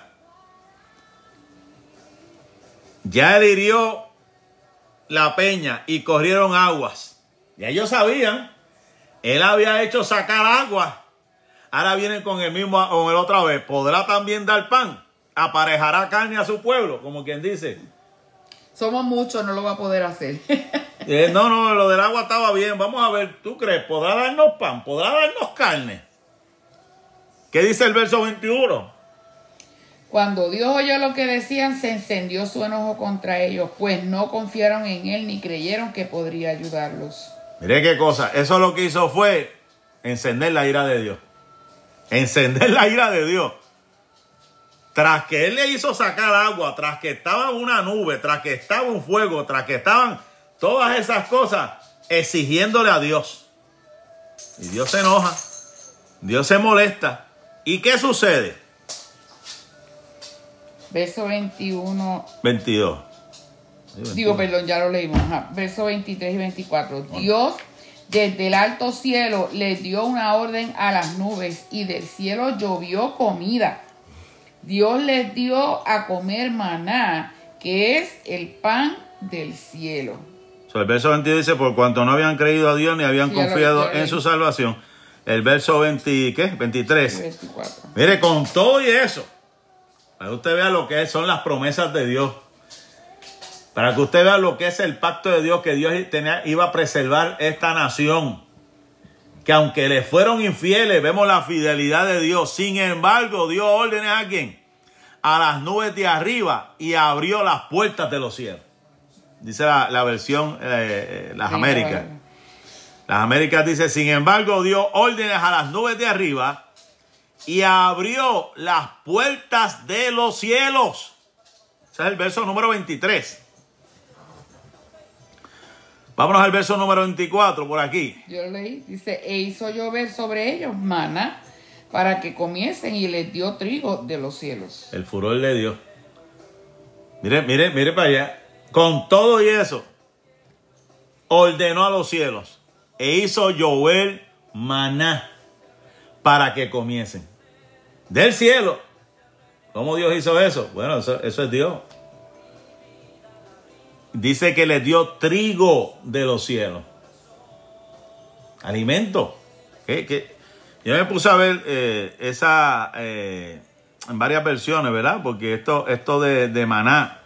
Ya él hirió la peña y corrieron aguas. Ya ellos sabían Él había hecho sacar agua. Ahora viene con el otra vez. ¿Podrá también dar pan? ¿Aparejará carne a su pueblo? Como quien dice. Somos muchos, no lo va a poder hacer. No, lo del agua estaba bien. Vamos a ver, ¿tú crees? ¿Podrá darnos pan? ¿Podrá darnos carne? ¿Qué dice el verso 21? Cuando Dios oyó lo que decían, se encendió su enojo contra ellos, pues no confiaron en él ni creyeron que podría ayudarlos. Mire qué cosa. Eso lo que hizo fue encender la ira de Dios. Encender la ira de Dios. Tras que él le hizo sacar agua, tras que estaba una nube, tras que estaba un fuego, tras que estaban todas esas cosas, exigiéndole a Dios. Y Dios se enoja. Dios se molesta. ¿Y qué sucede? Verso 21. 22. Digo, perdón, ya lo leímos. Ajá. Verso 23 y 24. Dios desde el alto cielo les dio una orden a las nubes y del cielo llovió comida. Dios les dio a comer maná, que es el pan del cielo. El verso 22 dice, por cuanto no habían creído a Dios ni habían confiado en su salvación. El verso 23. 24. Mire, con todo y eso, para que usted vea lo que son las promesas de Dios. Para que usted vea lo que es el pacto de Dios, que Dios iba a preservar esta nación. Que aunque le fueron infieles, vemos la fidelidad de Dios. Sin embargo, dio órdenes a quién? A las nubes de arriba y abrió las puertas de los cielos. Dice la versión, las Américas. Las Américas dice, sin embargo, dio órdenes a las nubes de arriba y abrió las puertas de los cielos. Ese es el verso número 23. Vámonos al verso número 24 por aquí. Yo lo leí. Dice, e hizo llover sobre ellos maná para que comiesen y les dio trigo de los cielos. El furor de Dios. Mire para allá. Con todo y eso, ordenó a los cielos e hizo llover maná para que comiesen. Del cielo. ¿Cómo Dios hizo eso? Bueno, eso es Dios. Dice que les dio trigo de los cielos. Alimento. Yo me puse a ver en varias versiones, ¿verdad? Porque esto de maná,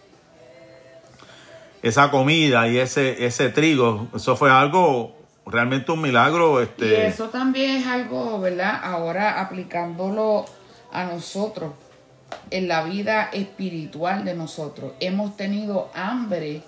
esa comida y ese trigo, eso fue algo, realmente un milagro. Y eso también es algo, ¿verdad? Ahora aplicándolo a nosotros. En la vida espiritual de nosotros hemos tenido hambre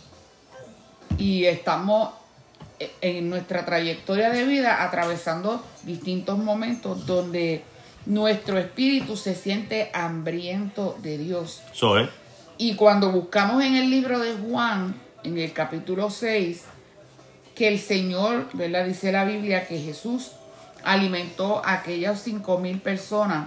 y estamos en nuestra trayectoria de vida atravesando distintos momentos donde nuestro espíritu se siente hambriento de Dios. Eso es. Y cuando buscamos en el libro de Juan, en el capítulo 6, que el Señor, ¿verdad? Dice la Biblia que Jesús alimentó a aquellas 5,000 personas.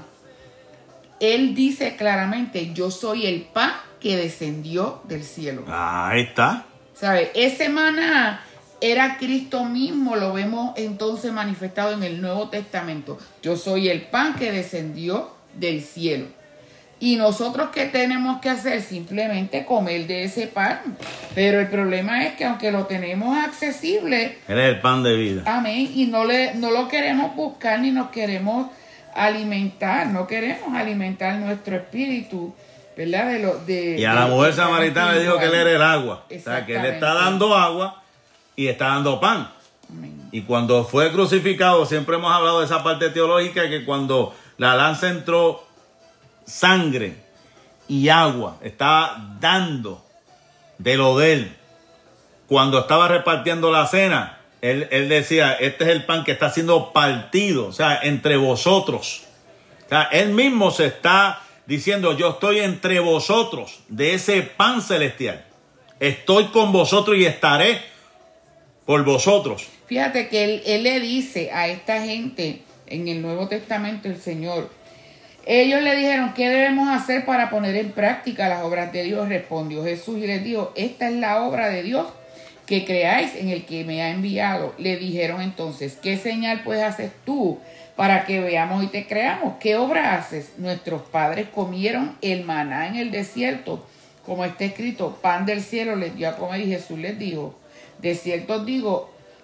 Él dice claramente, yo soy el pan que descendió del cielo. Ahí está. ¿Sabe? Ese maná era Cristo mismo, lo vemos entonces manifestado en el Nuevo Testamento. Yo soy el pan que descendió del cielo. Y nosotros, ¿qué tenemos que hacer? Simplemente comer de ese pan. Pero el problema es que aunque lo tenemos accesible, Él es el pan de vida. amén, y no lo queremos buscar ni nos queremos alimentar, no queremos alimentar nuestro espíritu, ¿verdad? Y a la mujer samaritana le dijo que él era el agua. O sea, que él está dando agua y está dando pan. Amén. Y cuando fue crucificado, siempre hemos hablado de esa parte teológica, que cuando la lanza entró sangre y agua, estaba dando de lo de él. Cuando estaba repartiendo la cena, él decía, este es el pan que está siendo partido, o sea, entre vosotros. O sea, él mismo se está diciendo, yo estoy entre vosotros de ese pan celestial. Estoy con vosotros y estaré por vosotros. Fíjate que él le dice a esta gente en el Nuevo Testamento, el Señor, ellos le dijeron, ¿qué debemos hacer para poner en práctica las obras de Dios? Respondió Jesús y les dijo, esta es la obra de Dios, que creáis en el que me ha enviado. Le dijeron entonces, ¿qué señal pues haces tú para que veamos y te creamos? ¿Qué obra haces? Nuestros padres comieron el maná en el desierto, como está escrito, pan del cielo les dio a comer. Y Jesús les dijo, de cierto os digo,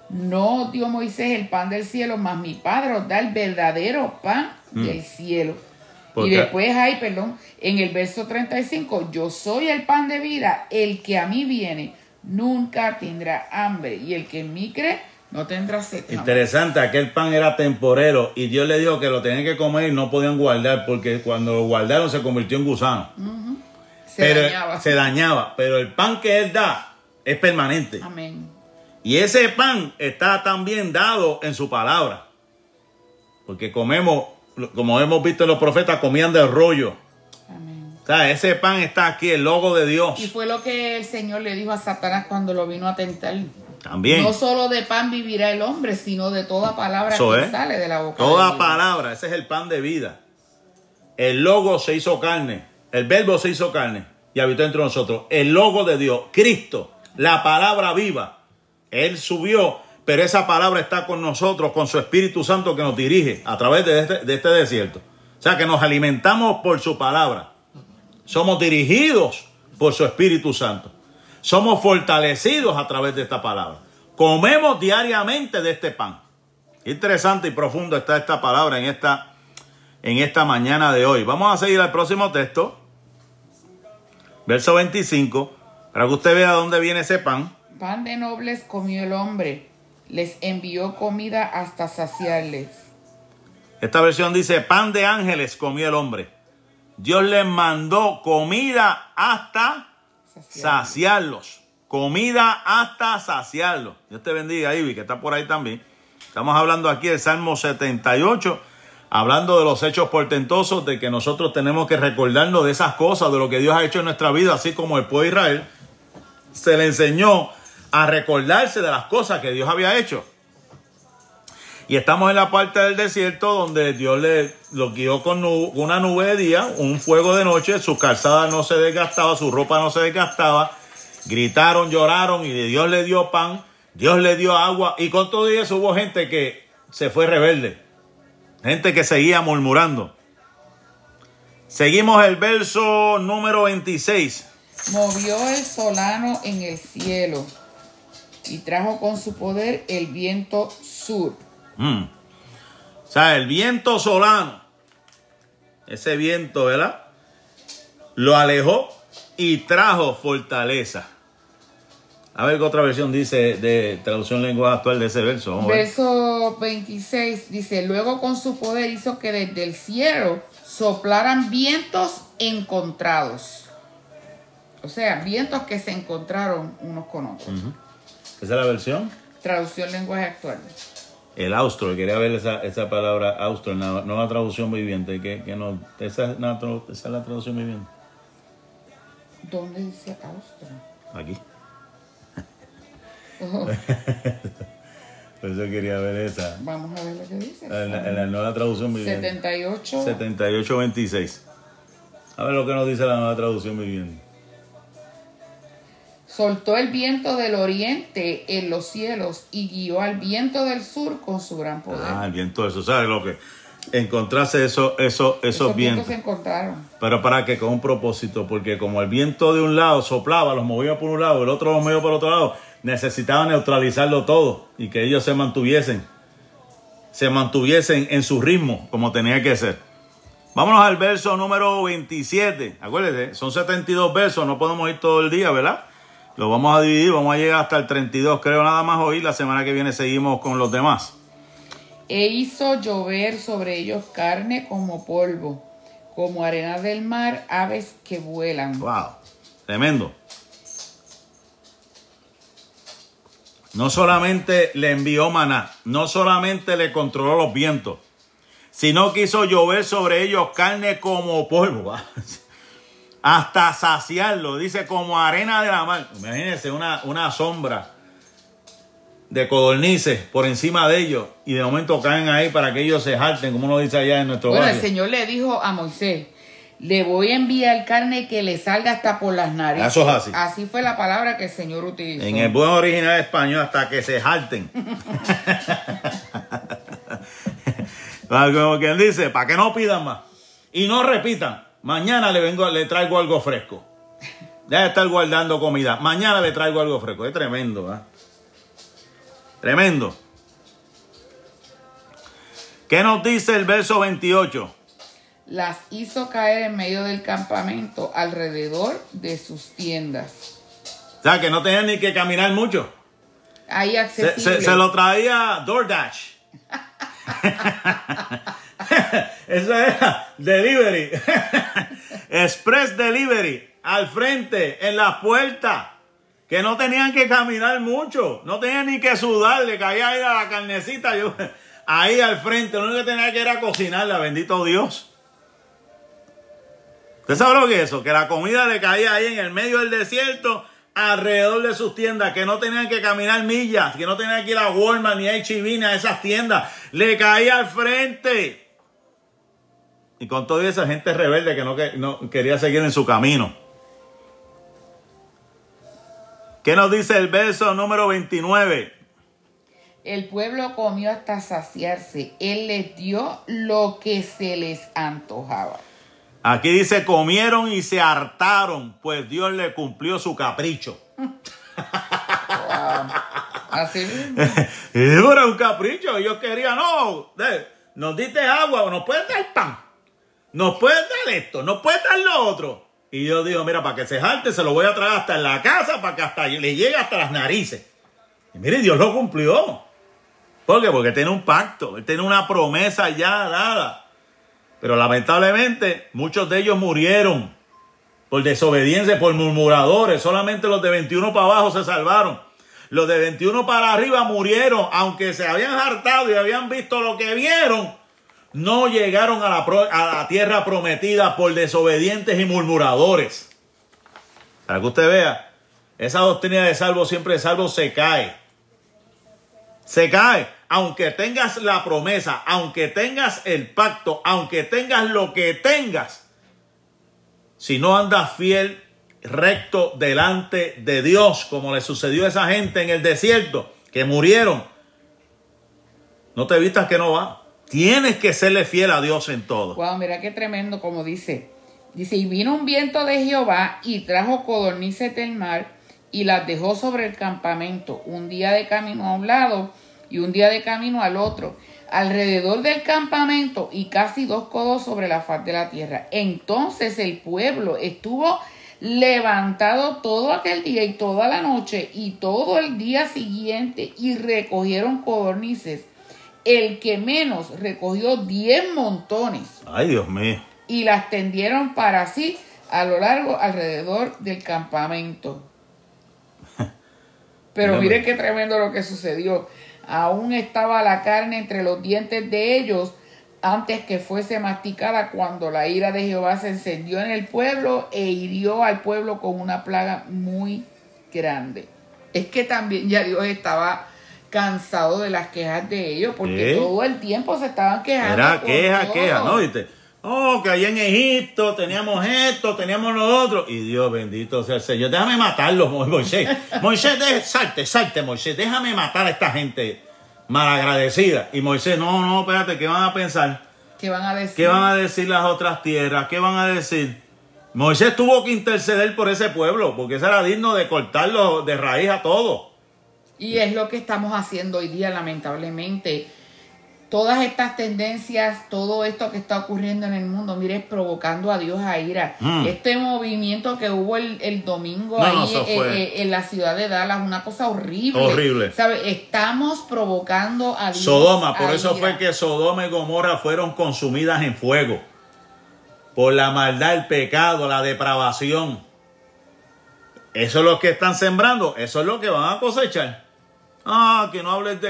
no dio Moisés el pan del cielo, mas mi Padre os da el verdadero pan del cielo. Y después hay, en el verso 35, yo soy el pan de vida, el que a mí viene nunca tendrá hambre, y el que en mí cree no tendrá sed. Interesante, aquel pan era temporero y Dios le dijo que lo tenían que comer y no podían guardar, porque cuando lo guardaron se convirtió en gusano. Se dañaba, pero el pan que Él da es permanente. Amén. Y ese pan está también dado en su palabra, porque comemos, como hemos visto en los profetas, comían del rollo. Amén. O sea, ese pan está aquí, el logo de Dios. Y fue lo que el Señor le dijo a Satanás cuando lo vino a tentar. También. No solo de pan vivirá el hombre, sino de toda palabra que sale de la boca de Dios. Toda palabra, ese es el pan de vida. El logo se hizo carne, el verbo se hizo carne y habitó entre nosotros. El logo de Dios, Cristo, la palabra viva. Él subió, pero esa palabra está con nosotros, con su Espíritu Santo que nos dirige a través de este desierto. O sea, que nos alimentamos por su palabra. Somos dirigidos por su Espíritu Santo. Somos fortalecidos a través de esta palabra. Comemos diariamente de este pan. Interesante y profundo está esta palabra en esta mañana de hoy. Vamos a seguir al próximo texto. Verso 25. Para que usted vea dónde viene ese pan. Pan de nobles comió el hombre. Les envió comida hasta saciarles. Esta versión dice, pan de ángeles comió el hombre. Dios les mandó comida hasta saciarlos. Comida hasta saciarlos. Dios te bendiga, Ivy, que está por ahí también. Estamos hablando aquí del Salmo 78, hablando de los hechos portentosos, de que nosotros tenemos que recordarnos de esas cosas, de lo que Dios ha hecho en nuestra vida, así como el pueblo de Israel se le enseñó a recordarse de las cosas que Dios había hecho. Y estamos en la parte del desierto donde Dios lo guió con una nube de día, un fuego de noche, su calzada no se desgastaba, su ropa no se desgastaba. Gritaron, lloraron y Dios le dio pan, Dios le dio agua. Y con todo eso hubo gente que se fue rebelde, gente que seguía murmurando. Seguimos el verso número 26. Movió el solano en el cielo y trajo con su poder el viento sur. O sea, el viento solano, ese viento, ¿verdad? Lo alejó y trajo fortaleza. A ver qué otra versión dice de traducción lenguaje actual de ese verso. Vamos verso 26 dice, luego con su poder hizo que desde el cielo soplaran vientos encontrados. O sea, vientos que se encontraron unos con otros. ¿Esa es la versión? Traducción lenguaje actual. El austro, quería ver esa palabra austro, no la traducción viviente. Esa es la traducción viviente. ¿Dónde dice austro? Aquí. Por eso quería ver esa. Vamos a ver lo que dice. En la nueva traducción viviente. 78:26. A ver lo que nos dice la nueva traducción viviente. Soltó el viento del oriente en los cielos y guió al viento del sur con su gran poder. El viento del sur, ¿sabes lo que? Encontrarse esos vientos se encontraron. Pero para que con un propósito, porque como el viento de un lado soplaba, los movía por un lado, el otro los movía por otro lado, necesitaban neutralizarlo todo y que ellos se mantuviesen en su ritmo como tenía que ser. Vámonos al verso número 27. Acuérdense, son 72 versos, no podemos ir todo el día, ¿verdad? Lo vamos a dividir, vamos a llegar hasta el 32, creo, nada más hoy. La semana que viene seguimos con los demás. E hizo llover sobre ellos carne como polvo, como arena del mar, aves que vuelan. ¡Wow! Tremendo. No solamente le envió maná, no solamente le controló los vientos, sino que hizo llover sobre ellos carne como polvo. Hasta saciarlo, dice, como arena de la mar. Imagínense una sombra de codornices por encima de ellos y de momento caen ahí para que ellos se jalten, como uno dice allá en nuestro barrio. El Señor le dijo a Moisés, le voy a enviar carne que le salga hasta por las narices. Eso es así. Así fue la palabra que el Señor utilizó. En el buen original español, hasta que se jalten. Como quien dice, para que no pidan más y no repitan. Mañana le traigo algo fresco. Deja de estar guardando comida. Mañana le traigo algo fresco. Es tremendo, ¿eh? Tremendo. ¿Qué nos dice el verso 28? Las hizo caer en medio del campamento, alrededor de sus tiendas. O sea, que no tenían ni que caminar mucho. Ahí accesible. Se lo traía DoorDash. Eso era delivery. Express delivery. Al frente, en la puerta. Que no tenían que caminar mucho. No tenían ni que sudar. Le caía ahí a la carnecita. Ahí al frente. Lo único que tenía que era cocinarla. Bendito Dios. ¿Usted sabe lo que es eso? Que la comida le caía ahí en el medio del desierto, alrededor de sus tiendas, que no tenían que caminar millas, que no tenían que ir a Walmart, ni a H-E-B, ni a esas tiendas. Le caía al frente. Y con toda esa gente rebelde que no quería seguir en su camino. ¿Qué nos dice el verso número 29? El pueblo comió hasta saciarse. Él les dio lo que se les antojaba. Aquí dice, comieron y se hartaron, pues Dios le cumplió su capricho. Wow. Así mismo. Era un capricho. Ellos querían, no, nos diste agua, nos puedes dar pan, nos puedes dar esto, nos puedes dar lo otro. Y Dios dijo, mira, para que se jarte, se lo voy a traer hasta en la casa, para que hasta le llegue hasta las narices. Y mire, Dios lo cumplió. ¿Por qué? Porque tiene un pacto, él tiene una promesa ya dada. Pero lamentablemente muchos de ellos murieron por desobediencia, por murmuradores. Solamente los de 21 para abajo se salvaron. Los de 21 para arriba murieron. Aunque se habían hartado y habían visto lo que vieron, no llegaron a la tierra prometida por desobedientes y murmuradores. Para que usted vea, esa doctrina de salvo siempre salvo se cae. Se cae. Aunque tengas la promesa, aunque tengas el pacto, aunque tengas lo que tengas, si no andas fiel, recto delante de Dios, como le sucedió a esa gente en el desierto, que murieron, no te vistas que no va. Tienes que serle fiel a Dios en todo. Wow, mira qué tremendo como dice. Dice, y vino un viento de Jehová y trajo codornices del mar y las dejó sobre el campamento, un día de camino a un lado y un día de camino al otro, alrededor del campamento y casi 2 codos sobre la faz de la tierra. Entonces el pueblo estuvo levantado todo aquel día y toda la noche y todo el día siguiente y recogieron codornices. El que menos recogió 10 montones. Ay, Dios mío. Y las tendieron para sí a lo largo alrededor del campamento. Pero mire qué tremendo lo que sucedió. Aún estaba la carne entre los dientes de ellos antes que fuese masticada, cuando la ira de Jehová se encendió en el pueblo e hirió al pueblo con una plaga muy grande. Es que también ya Dios estaba cansado de las quejas de ellos, porque todo el tiempo se estaban quejando. Era queja, ¿no? ¿Viste? Oh, que allá en Egipto teníamos esto, teníamos lo otro. Y Dios bendito sea el Señor. Déjame matarlos, Moisés. Moisés, salte, Moisés. Déjame matar a esta gente malagradecida. Y Moisés, no, espérate, ¿qué van a pensar? ¿Qué van a decir? ¿Qué van a decir las otras tierras? ¿Qué van a decir? Moisés tuvo que interceder por ese pueblo, porque ese era digno de cortarlo de raíz a todo. Y es lo que estamos haciendo hoy día, lamentablemente. Todas estas tendencias, todo esto que está ocurriendo en el mundo, mire, provocando a Dios a ira. Este movimiento que hubo el domingo en la ciudad de Dallas, una cosa horrible. Horrible. ¿Sabe? Estamos provocando a Dios Sodoma, por a eso ira. fue que Sodoma y Gomorra fueron consumidas en fuego. Por la maldad, el pecado, la depravación. Eso es lo que están sembrando, eso es lo que van a cosechar. Que no hables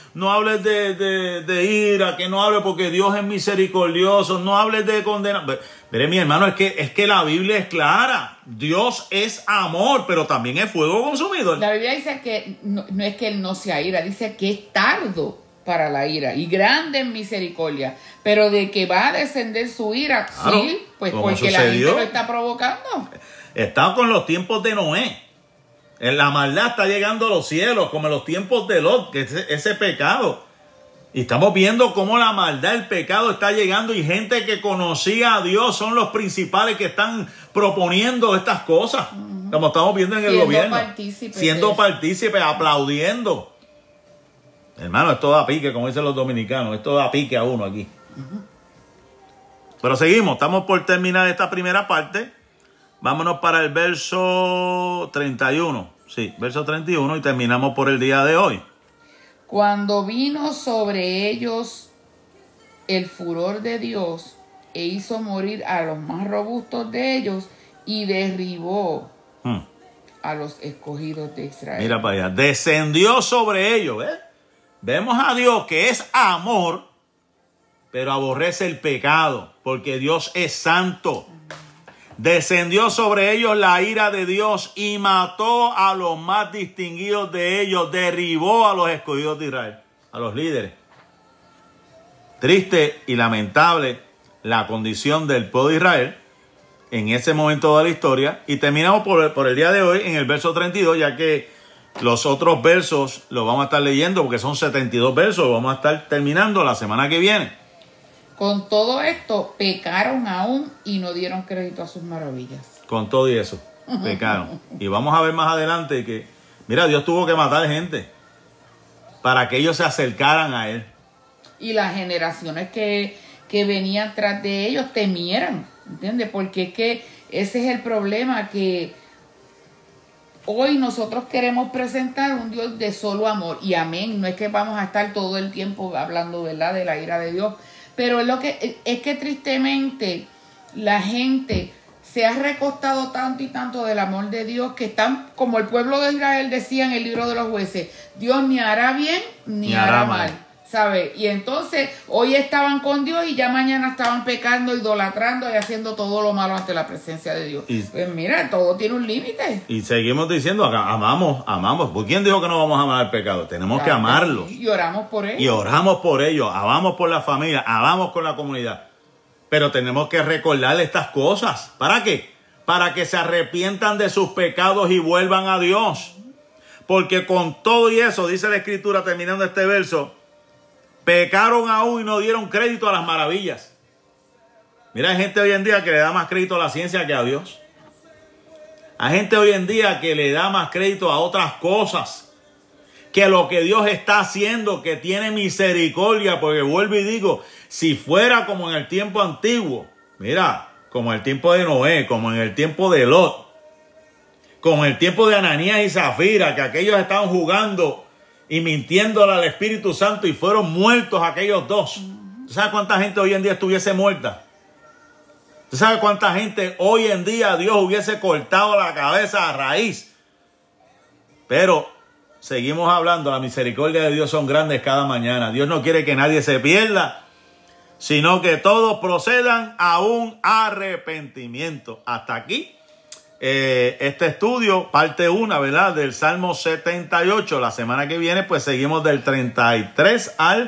de ira, que no hables porque Dios es misericordioso, no hables de condenar. Mire, mi hermano, es que la Biblia es clara. Dios es amor, pero también es fuego consumidor. La Biblia dice que no es que Él no sea ira, dice que es tardo para la ira y grande en misericordia, pero de que va a descender su ira, claro, sí, pues porque sucedió, la gente lo está provocando. Estamos con los tiempos de Noé. La maldad está llegando a los cielos, como en los tiempos de Lot, que es ese pecado. Y estamos viendo cómo la maldad, el pecado está llegando, y gente que conocía a Dios son los principales que están proponiendo estas cosas. Como estamos viendo en el gobierno. Siendo partícipes, aplaudiendo. Hermano, esto da pique, como dicen los dominicanos. Esto da pique a uno aquí. Pero seguimos, estamos por terminar esta primera parte. Vámonos para el verso 31. Sí, verso 31 y terminamos por el día de hoy. Cuando vino sobre ellos el furor de Dios e hizo morir a los más robustos de ellos y derribó a los escogidos de Israel. Mira para allá, descendió sobre ellos, ¿ves? Vemos a Dios que es amor, pero aborrece el pecado, porque Dios es santo. Descendió sobre ellos la ira de Dios y mató a los más distinguidos de ellos, derribó a los escogidos de Israel, a los líderes. Triste y lamentable la condición del pueblo de Israel en ese momento de la historia. Y terminamos por el día de hoy en el verso 32, ya que los otros versos los vamos a estar leyendo porque son 72 versos, los vamos a estar terminando la semana que viene. Con todo esto, pecaron aún y no dieron crédito a sus maravillas. Con todo y eso, pecaron. Y vamos a ver más adelante que, mira, Dios tuvo que matar gente para que ellos se acercaran a Él. Y las generaciones que venían tras de ellos temieran, ¿entiendes? Porque es que ese es el problema, que hoy nosotros queremos presentar un Dios de solo amor. Y amén, no es que vamos a estar todo el tiempo hablando, ¿verdad?, de la ira de Dios. Pero es que tristemente la gente se ha recostado tanto y tanto del amor de Dios que están, como el pueblo de Israel decía en el libro de los jueces, Dios ni hará bien ni hará mal, ¿sabes? Y entonces hoy estaban con Dios y ya mañana estaban pecando, idolatrando y haciendo todo lo malo ante la presencia de Dios. Pues mira, todo tiene un límite. Y seguimos diciendo acá, amamos. ¿Por quién dijo que no vamos a amar el pecado? Tenemos que amarlo. Sí, y oramos por ellos. Y oramos por ellos, amamos por la familia, amamos con la comunidad. Pero tenemos que recordarle estas cosas. ¿Para qué? Para que se arrepientan de sus pecados y vuelvan a Dios. Porque con todo y eso, dice la Escritura terminando este verso, pecaron aún y no dieron crédito a las maravillas. Mira, hay gente hoy en día que le da más crédito a la ciencia que a Dios. Hay gente hoy en día que le da más crédito a otras cosas que lo que Dios está haciendo, que tiene misericordia. Porque vuelvo y digo, si fuera como en el tiempo antiguo, mira, como en el tiempo de Noé, como en el tiempo de Lot, como en el tiempo de Ananías y Zafira, que aquellos estaban jugando y mintiéndole al Espíritu Santo y fueron muertos aquellos dos. ¿Tú sabes cuánta gente hoy en día estuviese muerta? ¿Tú sabes cuánta gente hoy en día Dios hubiese cortado la cabeza a raíz? Pero seguimos hablando, la misericordia de Dios son grandes cada mañana. Dios no quiere que nadie se pierda, sino que todos procedan a un arrepentimiento. Hasta aquí este estudio, parte 1, ¿verdad?, del Salmo 78. La semana que viene pues seguimos del 33 al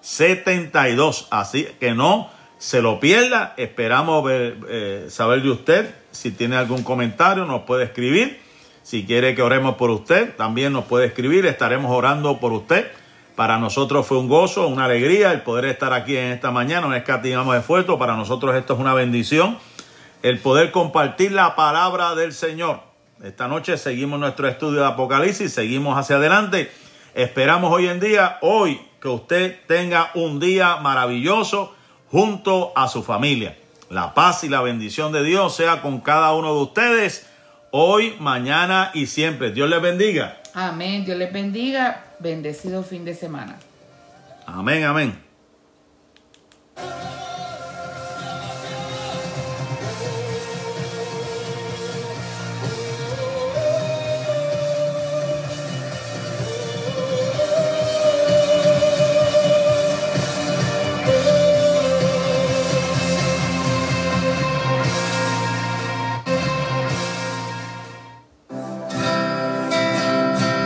72. Así que no se lo pierda. Esperamos saber de usted. Si tiene algún comentario nos puede escribir. Si quiere que oremos por usted, también nos puede escribir. Estaremos orando por usted. Para nosotros fue un gozo, una alegría el poder estar aquí en esta mañana. No escatimamos esfuerzo. Para nosotros esto es una bendición, el poder compartir la palabra del Señor. Esta noche seguimos nuestro estudio de Apocalipsis, seguimos hacia adelante. Esperamos hoy que usted tenga un día maravilloso junto a su familia. La paz y la bendición de Dios sea con cada uno de ustedes, hoy, mañana y siempre. Dios les bendiga. Amén, Dios les bendiga. Bendecido fin de semana. Amén, amén.